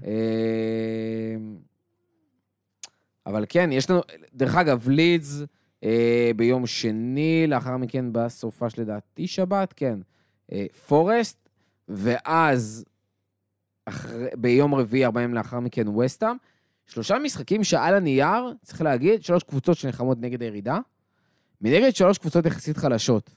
אבל כן, יש לנו, דרך אגב, לידס ביום שני, לאחר מכן בסופה שלדעתי שבת, כן, פורסט, ואז ביום רביעי, 40 לאחר מכן, ווסטהאם. 3 משחקים שעל הנייר, צריך להגיד, 3 קבוצות שנלחמות נגד הירידה, מנגד 3 קבוצות יחסית חלשות,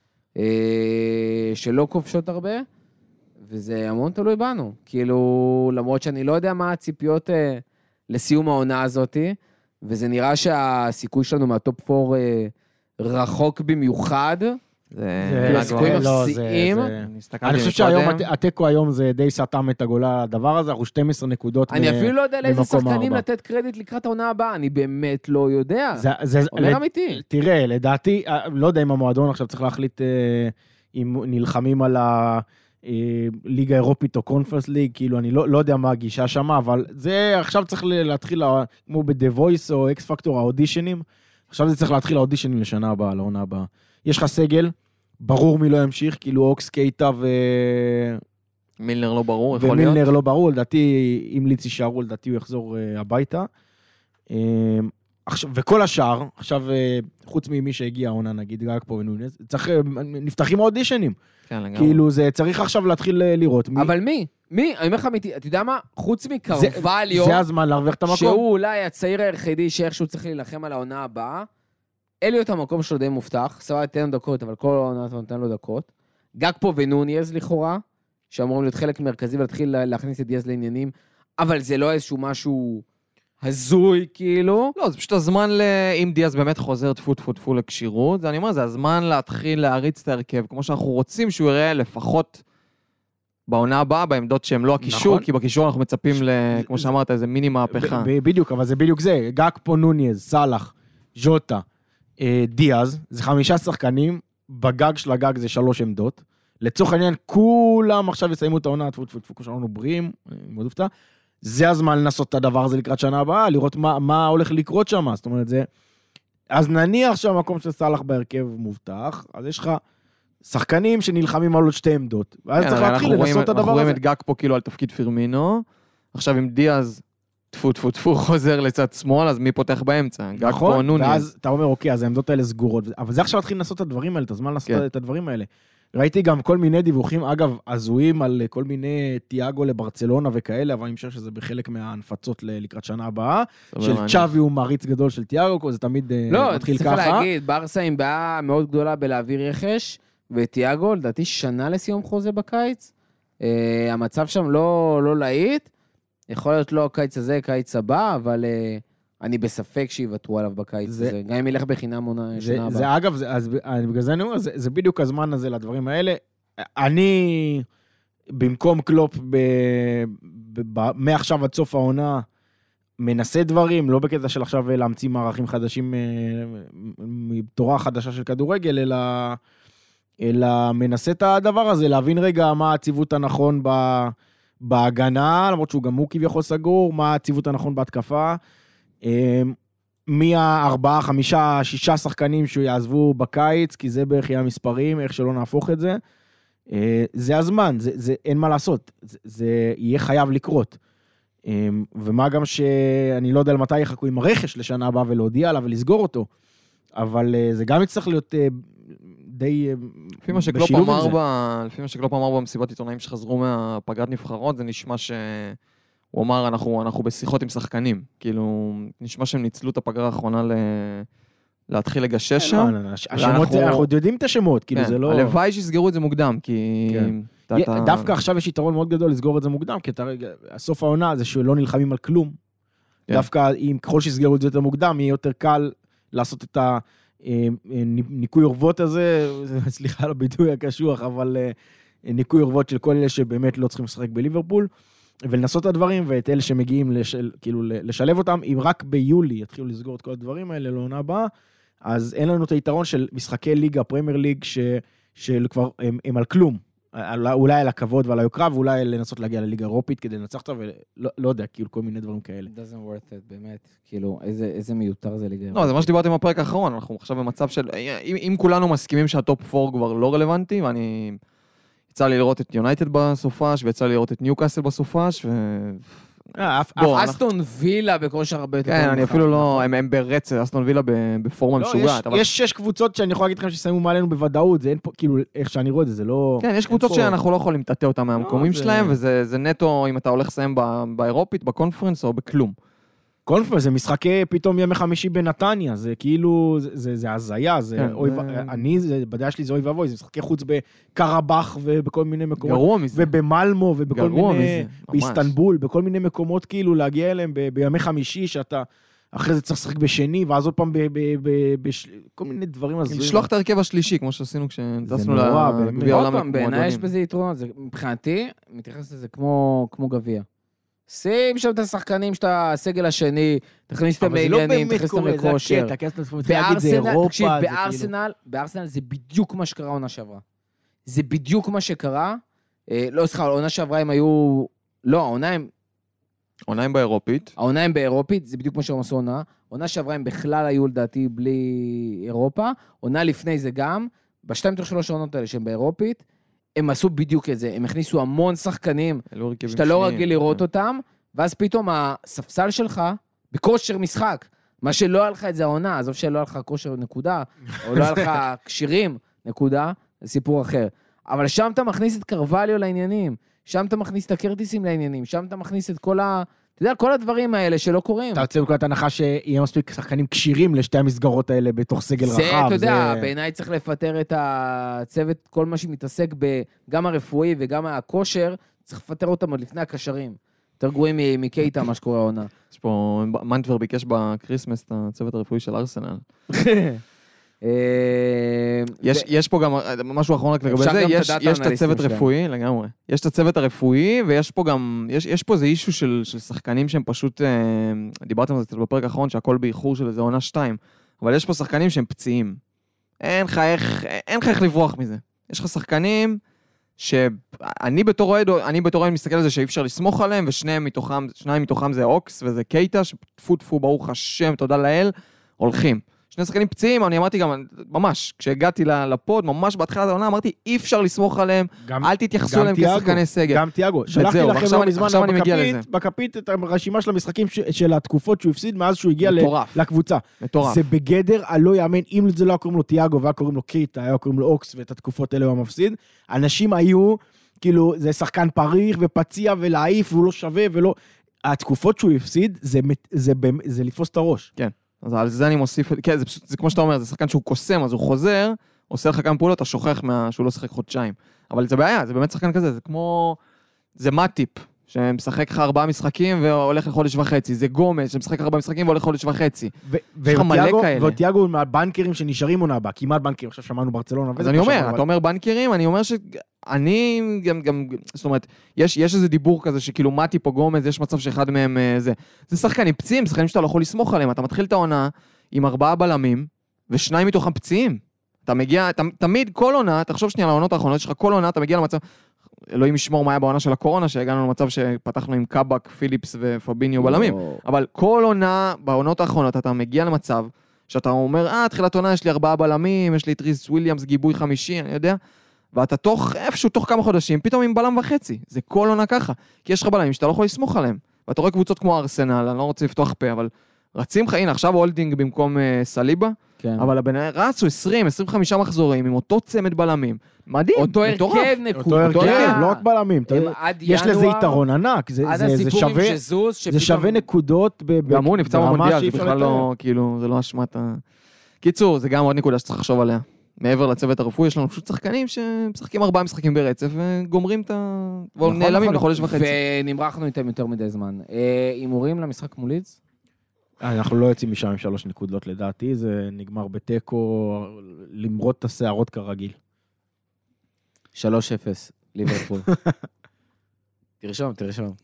שלא כובשות הרבה, וזה המון תלוי בנו. כאילו, למרות שאני לא יודע מה הציפיות לסיום העונה הזאת, וזה נראה שהסיכוי שלנו מהטופ 4 רחוק במיוחד, זה סיכויים אפסיים. אני חושב שהיום, הטקו היום זה די סתם את הגולה לדבר הזה, אנחנו 12 נקודות אני אפילו לא יודע לאיזה שחקנים לתת קרדיט לקראת העונה הבאה, אני באמת לא יודע. אומר אמיתי. תראה, לדעתי, לא יודע אם המועדון עכשיו צריך להחליט אם נלחמים על הליגה האירופית או קונפרנס ליג, כאילו אני לא יודע מה הגישה שם, אבל זה עכשיו צריך להתחיל, כמו ב-The Voice או X Factor, האודישנים, עכשיו זה צריך להתחיל האודישנים לשנה הבאה, לעונה הבאה. יש לך סגל, ברור מי לא ימשיך, כאילו אוקס, קייטה מילנר לא ברור, יכול להיות. ומילנר לא ברור, לדעתי, אם ליץ יישארו, לדעתי הוא יחזור הביתה. וכל השאר, עכשיו, חוץ ממי שהגיע העונה, נגיד, גג פה ונונס, נפתחים האודישנים. כאילו, זה צריך עכשיו להתחיל לראות. אבל מי? מי? אני אומר לך אמיתי, אתה יודע מה? חוץ מקרווליו, זה הזמן להרוויח את המקום. שהוא אולי הצעיר היחידי שאיכשהו צריך להילחם על העונה הבאה, אליות המקום שלו די מובטח, סבבה, תן לו דקות, אבל כל העונה נותן לו דקות. גג פה ונוניאז לכאורה, שאמורים להיות חלק מרכזי ולהתחיל להכניס את דיאז לעניינים, אבל זה לא איזשהו משהו הזוי, כאילו. לא, זה פשוט הזמן, אם דיאז באמת חוזר טפו לקשירות, אני אומר, זה הזמן להתחיל להריץ את ההרכב, כמו שאנחנו רוצים שהוא יראה לפחות בעונה הבאה, בעמדות שהם לא הקישור, כי בקישור אנחנו מצפים, כמו שאמרת, איזה מיני מהפכה. בדיוק, אבל זה בדיוק זה. גג פה נוניאז, סלח, ז'וטה, דיאז, זה 5 שחקנים, בגג של הגג זה 3 עמדות, לצורך העניין, כולם עכשיו יסיימו את העונה, טפו, שאנחנו בריאים, מאוד אופתע, זה הזמן לנסות את הדבר הזה לקראת שנה הבאה, לראות מה הולך לקרות שם, זאת אומרת, זה, אז נניח שהמקום של סלח בהרכב מובטח, אז יש לך שחקנים שנלחמים על עוד 2 עמדות, ואז צריך להתחיל לנסות את הדבר הזה. אנחנו רואים את גג פה כאילו על תפקיד פירמינו, עכשיו עם דיאז, טפו, חוזר לצד שמאל, אז מי פותח באמצע? נכון, ואז אתה אומר, אוקיי, אז העמדות האלה סגורות, אבל זה עכשיו להתחיל לנסות את הדברים האלה, את הזמן לעשות את הדברים האלה. ראיתי גם כל מיני דיווחים, אגב, הזויים על כל מיני תיאגו לברצלונה וכאלה, אבל אני חושב שזה בחלק מההנפצות לקראת שנה הבאה, של צ'אבי הוא מעריץ גדול של תיאגו, זה תמיד מתחיל ככה. לא, צריך להגיד, ברסה עם בעיה מאוד גדולה בלהעביר רכש, ותיאגו, לדעתי שנה לסיום חוזה בקיץ, המצב שם לא להיט, יכול להיות לא הקיץ הזה, קיץ הבא, אבל אני בספק שיוותרו עליו בקיץ הזה. גם אם ילך בחינם עונה שנה הבאה. זה אגב, בגלל זה אני אומר, זה בדיוק הזמן הזה לדברים האלה. אני, במקום קלופ, מעכשיו עד סוף העונה, מנסה דברים, לא בקטע של עכשיו להמציא מערכים חדשים, מתורה חדשה של כדורגל, אלא אלא מנסה את הדבר הזה, להבין רגע מה הציוות הנכון בהגנה, למרות שהוא גם הוא כביכול סגור, מה הציוות הנכון בהתקפה, מי 4, 5, 6 שחקנים שיעזבו בקיץ, כי זה בערך יהיה המספרים, איך שלא נהפוך את זה. זה הזמן, אין מה לעשות, זה יהיה חייב לקרות. ומה גם שאני לא יודע למתי יחכו עם הרכש לשנה הבאה ולהודיע עליו ולסגור אותו, אבל זה גם יצטרך להיות די לפי מה שקלופ אמר במסיבת עיתונאים שחזרו מהפגרת נבחרות, זה נשמע הוא אמר, אנחנו בשיחות עם שחקנים, כאילו, נשמע שהם ניצלו את הפגרה האחרונה להתחיל לגשש שם. השמות, אנחנו יודעים את השמות, כאילו זה לא... הלוואי שיסגרו את זה מוקדם, כי... דווקא עכשיו יש יתרון מאוד גדול לסגור את זה מוקדם, כי הסוף העונה זה שלא נלחמים על כלום. דווקא אם ככל שיסגרו את זה יותר מוקדם, יהיה יותר קל לעשות את הניקוי אורוות הזה, סליחה על הביטוי הקשוח, אבל ניקוי אורוות של כל אלה שבאמת לא צריכים לשחק בליברפול, ולנסות את הדברים, ואת אלה שמגיעים כאילו לשלב אותם, אם רק ביולי יתחילו לסגור את כל הדברים האלה לעונה הבאה, אז אין לנו את היתרון של משחקי ליגה, פרמייר ליג, שכבר הם על כלום, אולי על הכבוד ועל היוקרה, ואולי לנסות להגיע לליגה אירופית כדי לנצח אותה, ולא יודע, כאילו כל מיני דברים כאלה. It doesn't worth it, באמת, כאילו, איזה מיותר זה ליגה אירופית. לא, זה מה שדיברתם בפרק האחרון, אנחנו עכשיו במצב של, אם כולנו מסכימים שהטופ 4 כבר לא רלוונטי, ואני... יצא לי לראות את יונייטד בסופש, ויצא לי לראות את ניוקאסל בסופש, אסטון וילה בכושר הרבה יותר. כן, אני אפילו לא, הם ברצף, אסטון וילה בפורמה משוגעת. יש 6 קבוצות שאני יכול להגיד לכם ששמו מעלינו בוודאות, זה אין פה, כאילו, איך שאני רואה את זה, זה לא... כן, יש קבוצות שאנחנו לא יכולים לטאטא אותם מהמקומים שלהם, וזה נטו אם אתה הולך לסיים באירופית, בקונפרנס או בכלום. קונפרנס, זה משחקי פתאום ימי חמישי בנתניה, זה כאילו, זה הזיה, זה אני, בדעה שלי זה אוי ואבוי, זה משחקי חוץ בקרבח ובכל מיני מקומות. גרוע מזה. ובמלמו ובכל מיני, באיסטנבול, בכל מיני מקומות כאילו להגיע אליהם בימי חמישי, שאתה אחרי זה צריך לשחק בשני, ואז עוד פעם כל מיני דברים הזויים. לשלוח את הרכב השלישי, כמו שעשינו כשטסנו לגביע העולם. בעיניי יש בזה יתרון, מבחינתי, מתייחס לזה כמו גביע. שים שם את השחקנים שאתה הסגל השני, תכניס אותם לעניינים, תכניס אותם לכושר. בארסנל זה בדיוק מה שקרה עונה שעברה. זה בדיוק מה שקרה. לא, סליחה, עונה שעברה הם היו... לא, העונה הם באירופית. העונה הם באירופית, זה בדיוק מה שהם עשו עונה. עונה שעברה הם בכלל היו לדעתי בלי אירופה. עונה לפני זה גם, ב2-3 עונות האלה שהם באירופית, הם עשו בדיוק את זה, הם הכניסו המון שחקנים, שאתה לא רגיל לראות אותם, ואז פתאום הספסל שלך, בכושר משחק, מה שלא היה לך את זה העונה, עזוב שלא היה לך כושר נקודה, או לא היה לך קשירים נקודה, זה סיפור אחר. אבל שם אתה מכניס את קרווליו לעניינים, שם אתה מכניס את הקרטיסים לעניינים, שם אתה מכניס את כל אתה יודע, כל הדברים האלה שלא קורים. אתה רוצה נקודת הנחה שיהיה מספיק שחקנים קשירים לשתי המסגרות האלה בתוך סגל רחב. זה, אתה יודע, בעיניי צריך לפטר את הצוות, כל מה שמתעסק גם הרפואי וגם הכושר, צריך לפטר אותם עוד לפני הקשרים. יותר גרועים מקייטה, מה שקורה העונה. יש פה, מנטבר ביקש בקריסמס את הצוות הרפואי של ארסנל. יש פה גם משהו אחרון רק לגבי זה, יש את הצוות הרפואי, לגמרי. יש את הצוות הרפואי, ויש פה גם, יש פה איזה אישו של שחקנים שהם פשוט, דיברתם על זה בפרק האחרון, שהכל באיחור של איזה עונה 2, אבל יש פה שחקנים שהם פציעים. אין לך איך לברוח מזה. יש לך שחקנים שאני בתור אוהד מסתכל על זה שאי אפשר לסמוך עליהם, ושניים מתוכם זה אוקס וזה קייטה, שטפו טפו ברוך השם, תודה לאל, הולכים. שני שחקנים פציעים, אני אמרתי גם, ממש, כשהגעתי לפוד, ממש בהתחלת העונה, אמרתי, אי אפשר לסמוך עליהם, אל תתייחסו אליהם כשחקני סגל. גם תיאגו. שלחתי לכם לא מזמן בכפית את הרשימה של המשחקים של התקופות שהוא הפסיד, מאז שהוא הגיע לקבוצה. מטורף. זה בגדר, הלא יאמן, אם זה לא קוראים לו תיאגו, והיה קוראים לו קייטה, היה קוראים לו אוקס, ואת התקופות האלה הוא המפסיד. אנשים היו, כאילו, זה שחקן פריך ופציע ולהעיף, והוא לא שווה ולא... התקופות שהוא הפסיד, זה לתפוס את הראש. כן. אז על זה אני מוסיף, כן, זה כמו שאתה אומר, זה שחקן שהוא קוסם, אז הוא חוזר, עושה לך כמה פעולות, אתה שוכח שהוא לא שחק חודשיים. אבל זה בעיה, זה באמת שחקן כזה, זה כמו, זה מאטיפ, שמשחק לך 4 משחקים והולך לחודש וחצי, זה גומז, שמשחק 4 משחקים והולך לחודש וחצי. יש לך מלא כאלה. ותיאגו מהבנקרים שנשארים עונה הבאה, כמעט בנקרים, עכשיו שמענו ברצלונה. אז אני אומר, אתה אומר בנקרים, אני אומר שאני גם, זאת אומרת, יש איזה דיבור כזה שכאילו מאטיפ או גומז, יש מצב שאחד מהם זה שחקנים פציעים, שחקנים שאתה לא יכול לסמוך עליהם, אתה מתחיל את העונה עם 4 בלמים, ו2 מתוכם פציעים. אתה מגיע, תמיד כל עונה, תחשוב שנייה על העונות האחרונות, יש לך כל עונה, אתה מגיע למצב, אלוהים ישמור מה היה בעונה של הקורונה, שהגענו למצב שפתחנו עם קאבק, פיליפס ופביניו בלמים, אבל כל עונה, בעונות האחרונות, אתה מגיע למצב, שאתה אומר, תחילת עונה, יש לי 4 בלמים, יש לי את ריס וויליאמס, גיבוי 5, אני יודע, ואתה איפשהו תוך כמה חודשים, פתאום עם בלם וחצי, זה כל עונה ככה, כי יש לך בלמים שאתה לא יכול לסמוך עליהם, ואתה רואה קבוצות כמו ארסנל, אני לא רוצה לפתוח פה, אבל רצים לך, הנה, עכשיו הולדינג במקום סליבה, כן. אבל רצו 20-25 מחזורים עם אותו צמד בלמים. מדהים, אותו מטורף. הרכב נקודה. אותו הרכב, לא רק בלמים. יש לזה יתרון ענק. עד הסיפור עם שזוז, זה שווה נקודות גם הוא נפצע במונדיאל, זה בכלל לא, כאילו, זה לא אשמת קיצור, זה גם עוד נקודה שצריך לחשוב עליה. מעבר לצוות הרפואי, יש לנו פשוט שחקנים שמשחקים 4 משחקים ברצף, וגומרים את נעלמים לחודש וחצי. ונמרחנו איתם יותר מדי זמן. הימורים למשחק מול לידס? אנחנו לא יוצאים משם עם 3 נקודות לדעתי, זה נגמר בטקו, למרות את השערות כרגיל. 3-0, ליברפול. תרשום.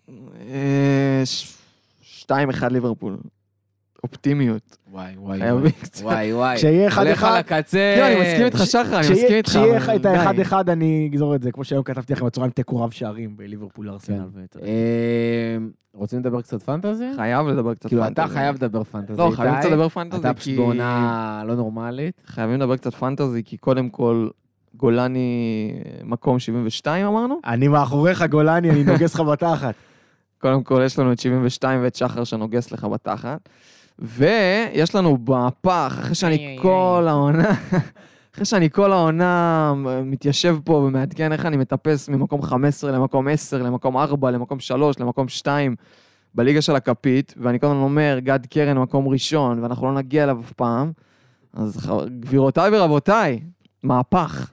2-1 ליברפול. אופטימיות. וואי. כשיהיה 1-1... הולך על הקצה. כן, אני מסכים איתך, שחר, אני מסכים איתך. כשיהיה את ה-1-1, אני אגזור את זה, כמו שהיום כתבתי לכם בצורה עם תיקו רב שערים בליברפול ארסנל. רוצים לדבר קצת פנטזי? חייב לדבר קצת פנטזי. כאילו, אתה חייב לדבר פנטזי. לא, חייבים קצת לדבר פנטזי. אתה פשוט בעונה לא נורמלית. חייבים לדבר קצת פנטזי, כי קודם כל, גולני מקום 72, אמרנו? אני מאחוריך, גולני, אני נוגס לך בתחת. קודם כל, יש לנו את 72 ואת שחר שנוגס לך בתחת. ויש לנו מהפך, אחרי שאני כל העונה מתיישב פה ומעדכן איך אני מטפס ממקום 15 למקום 10, למקום 4, למקום 3, למקום 2, בליגה של הכפית, ואני כל הזמן אומר, גד קרן מקום ראשון, ואנחנו לא נגיע אליו אף פעם, אז גבירותיי ורבותיי, מהפך.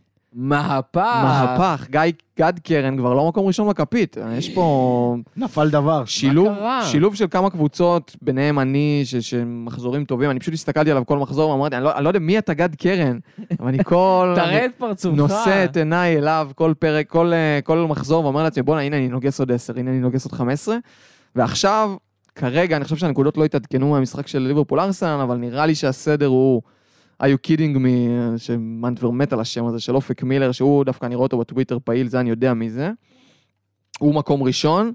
גד קרן כבר לא מקום ראשון בכפית, יש פה... נפל דבר. שילוב של כמה קבוצות, ביניהם אני, שמחזורים טובים, אני פשוט הסתכלתי עליו כל מחזור, ואמרתי, אני לא יודע מי אתה גד קרן, אבל אני תראה את פרצופך. נושא את עיניי אליו כל פרק, כל מחזור, ואומר לעצמי, בוא'נה, הנה אני נוגס עוד 10, הנה אני נוגס עוד 15, ועכשיו, כרגע, אני חושב שהנקודות לא התעדכנו מהמשחק של ליברפול ארסנל, אבל נראה לי שהסדר הוא... are you kidding me, שמנטבר מת על השם הזה, של אופק מילר, שהוא דווקא אני רואה אותו בטוויטר פעיל, זה אני יודע מי זה. הוא מקום ראשון,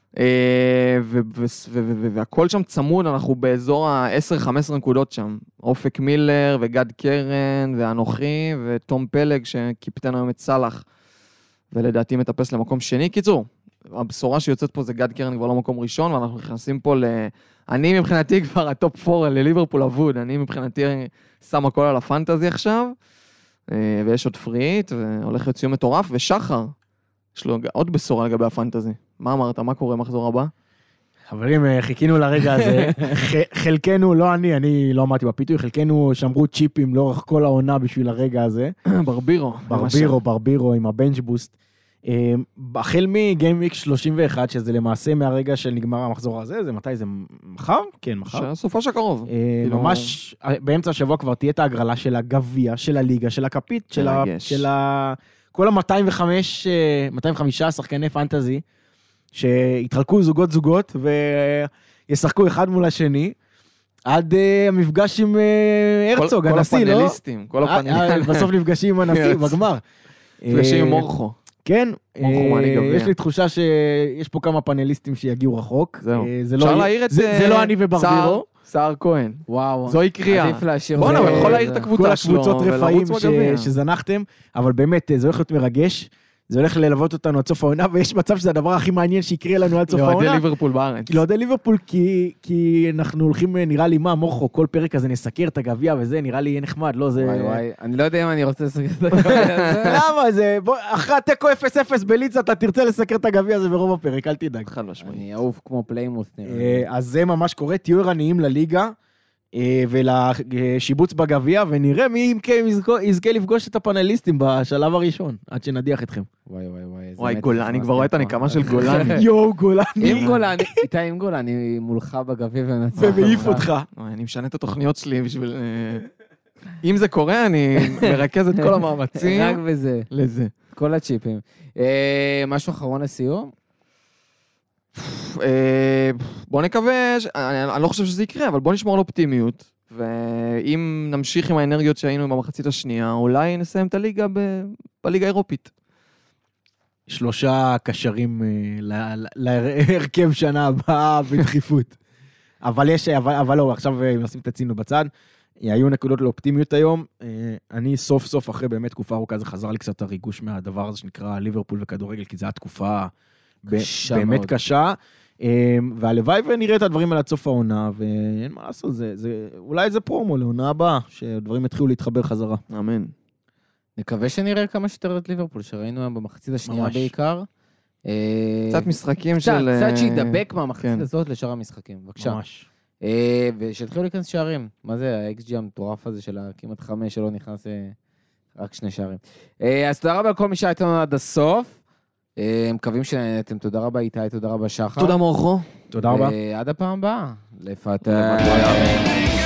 והכל שם צמוד, אנחנו באזור ה-10-15 נקודות שם. אופק מילר וגד קרן ואנוכי וטום פלג, שקיפטן היום את סלח, ולדעתי מטפס למקום שני. קיצור, הבשורה שיוצאת פה זה גד קרן כבר לא מקום ראשון, ואנחנו נכנסים פה אני מבחינתי כבר הטופ 4 לליברפול אבוד, אני מבחינתי שם הכל על הפנטזי עכשיו, ויש עוד פריט, והולך להיות סיום מטורף, ושחר, יש לו עוד בשורה לגבי הפנטזי. מה אמרת? מה קורה מחזור הבא? חברים, חיכינו לרגע הזה, חלקנו, לא אני לא אמרתי בפיתוי, חלקנו שמרו צ'יפים לאורך כל העונה בשביל הרגע הזה. ברבירו עם הבנץ' בוסט. החל מגיים וויק 31, שזה למעשה מהרגע של נגמר המחזור הזה, זה מתי? זה מחר? כן, מחר. סופה שקרוב. ממש באמצע השבוע כבר תהיה את ההגרלה של הגביע, של הליגה, של הכפית, של כל ה-215 שחקני פנטזי, שהתחלקו זוגות וישחקו אחד מול השני, עד המפגש עם הרצוג, הנשיא, לא? כל הפאנליסטים. בסוף נפגשים עם הנשיא, בגמר. נפגשים עם מורחו. כן, יש לי תחושה שיש פה כמה פאנליסטים שיגיעו רחוק. זהו. אפשר להעיר את זה לא אני וברבירו. סער כהן. וואו. זוהי קריאה. עדיף להשאיר. בוא'נה, הוא יכול להעיר את הקבוצה שלו. כל הקבוצות רפאים שזנחתם, אבל באמת, זה הולך להיות מרגש. זה הולך ללוות אותנו עד סוף העונה, ויש מצב שזה הדבר הכי מעניין שיקרה לנו עד סוף העונה. לאוהדי ליברפול בארץ. לאוהדי ליברפול, כי אנחנו הולכים, נראה לי מה, מורחו, כל פרק הזה נסקר את הגביע וזה, נראה לי יהיה נחמד, לא זה... וואי, אני לא יודע אם אני רוצה לסקר את הגביע הזה. למה זה? אחרי התיקו 0-0 בליץ, אתה תרצה לסקר את הגביע הזה ברוב הפרק, אל תדאג. חד משמעית. אני אהוב כמו פליימוס נראה. אז זה ממש קורה, תהיו ערניים לליגה, ולשיבוץ בגביע, ונראה מי יזכה לפגוש את הפאנליסטים בשלב הראשון, עד שנדיח אתכם. וואי, גולני, אני כבר רואה את הנקמה של גולני. יואו, גולני. איתי עם גולני מולך בגביע ונצח. ומעיף אותך. אני משנה את התוכניות שלי בשביל... אם זה קורה, אני מרכז את כל המאמצים. רק בזה. לזה. כל הצ'יפים. משהו אחרון לסיום? בוא נקווה, אני לא חושב שזה יקרה, אבל בוא נשמור על אופטימיות, ואם נמשיך עם האנרגיות שהיינו במחצית השנייה, אולי נסיים את הליגה בליגה האירופית. 3 קשרים להרכב שנה הבאה בדחיפות. אבל לא, עכשיו נשים את הצינו בצד. היו נקודות לאופטימיות היום. אני סוף סוף, אחרי באמת תקופה ארוכה, זה חזר לי קצת הריגוש מהדבר הזה שנקרא ליברפול וכדורגל, כי זו הייתה תקופה באמת קשה. והלוואי ונראה את הדברים על עד סוף העונה, ואין מה לעשות, אולי זה פרומו לעונה הבאה, שדברים יתחילו להתחבר חזרה. אמן. נקווה שנראה כמה שיותר את ליברפול, שראינו היום במחצית השנייה בעיקר. קצת משחקים של... קצת שידבק מהמחצית הזאת לשאר המשחקים, בבקשה. ממש. ושהתחילו להיכנס שערים. מה זה, ה-XG המטורף הזה של כמעט 5 שלא נכנס רק 2 שערים. אז תודה רבה לכל מי שהיה איתנו עד הסוף. מקווים שנהנתם. תודה רבה איתי, תודה רבה שחר. תודה מורכו. תודה רבה. עד הפעם הבאה. לפתח.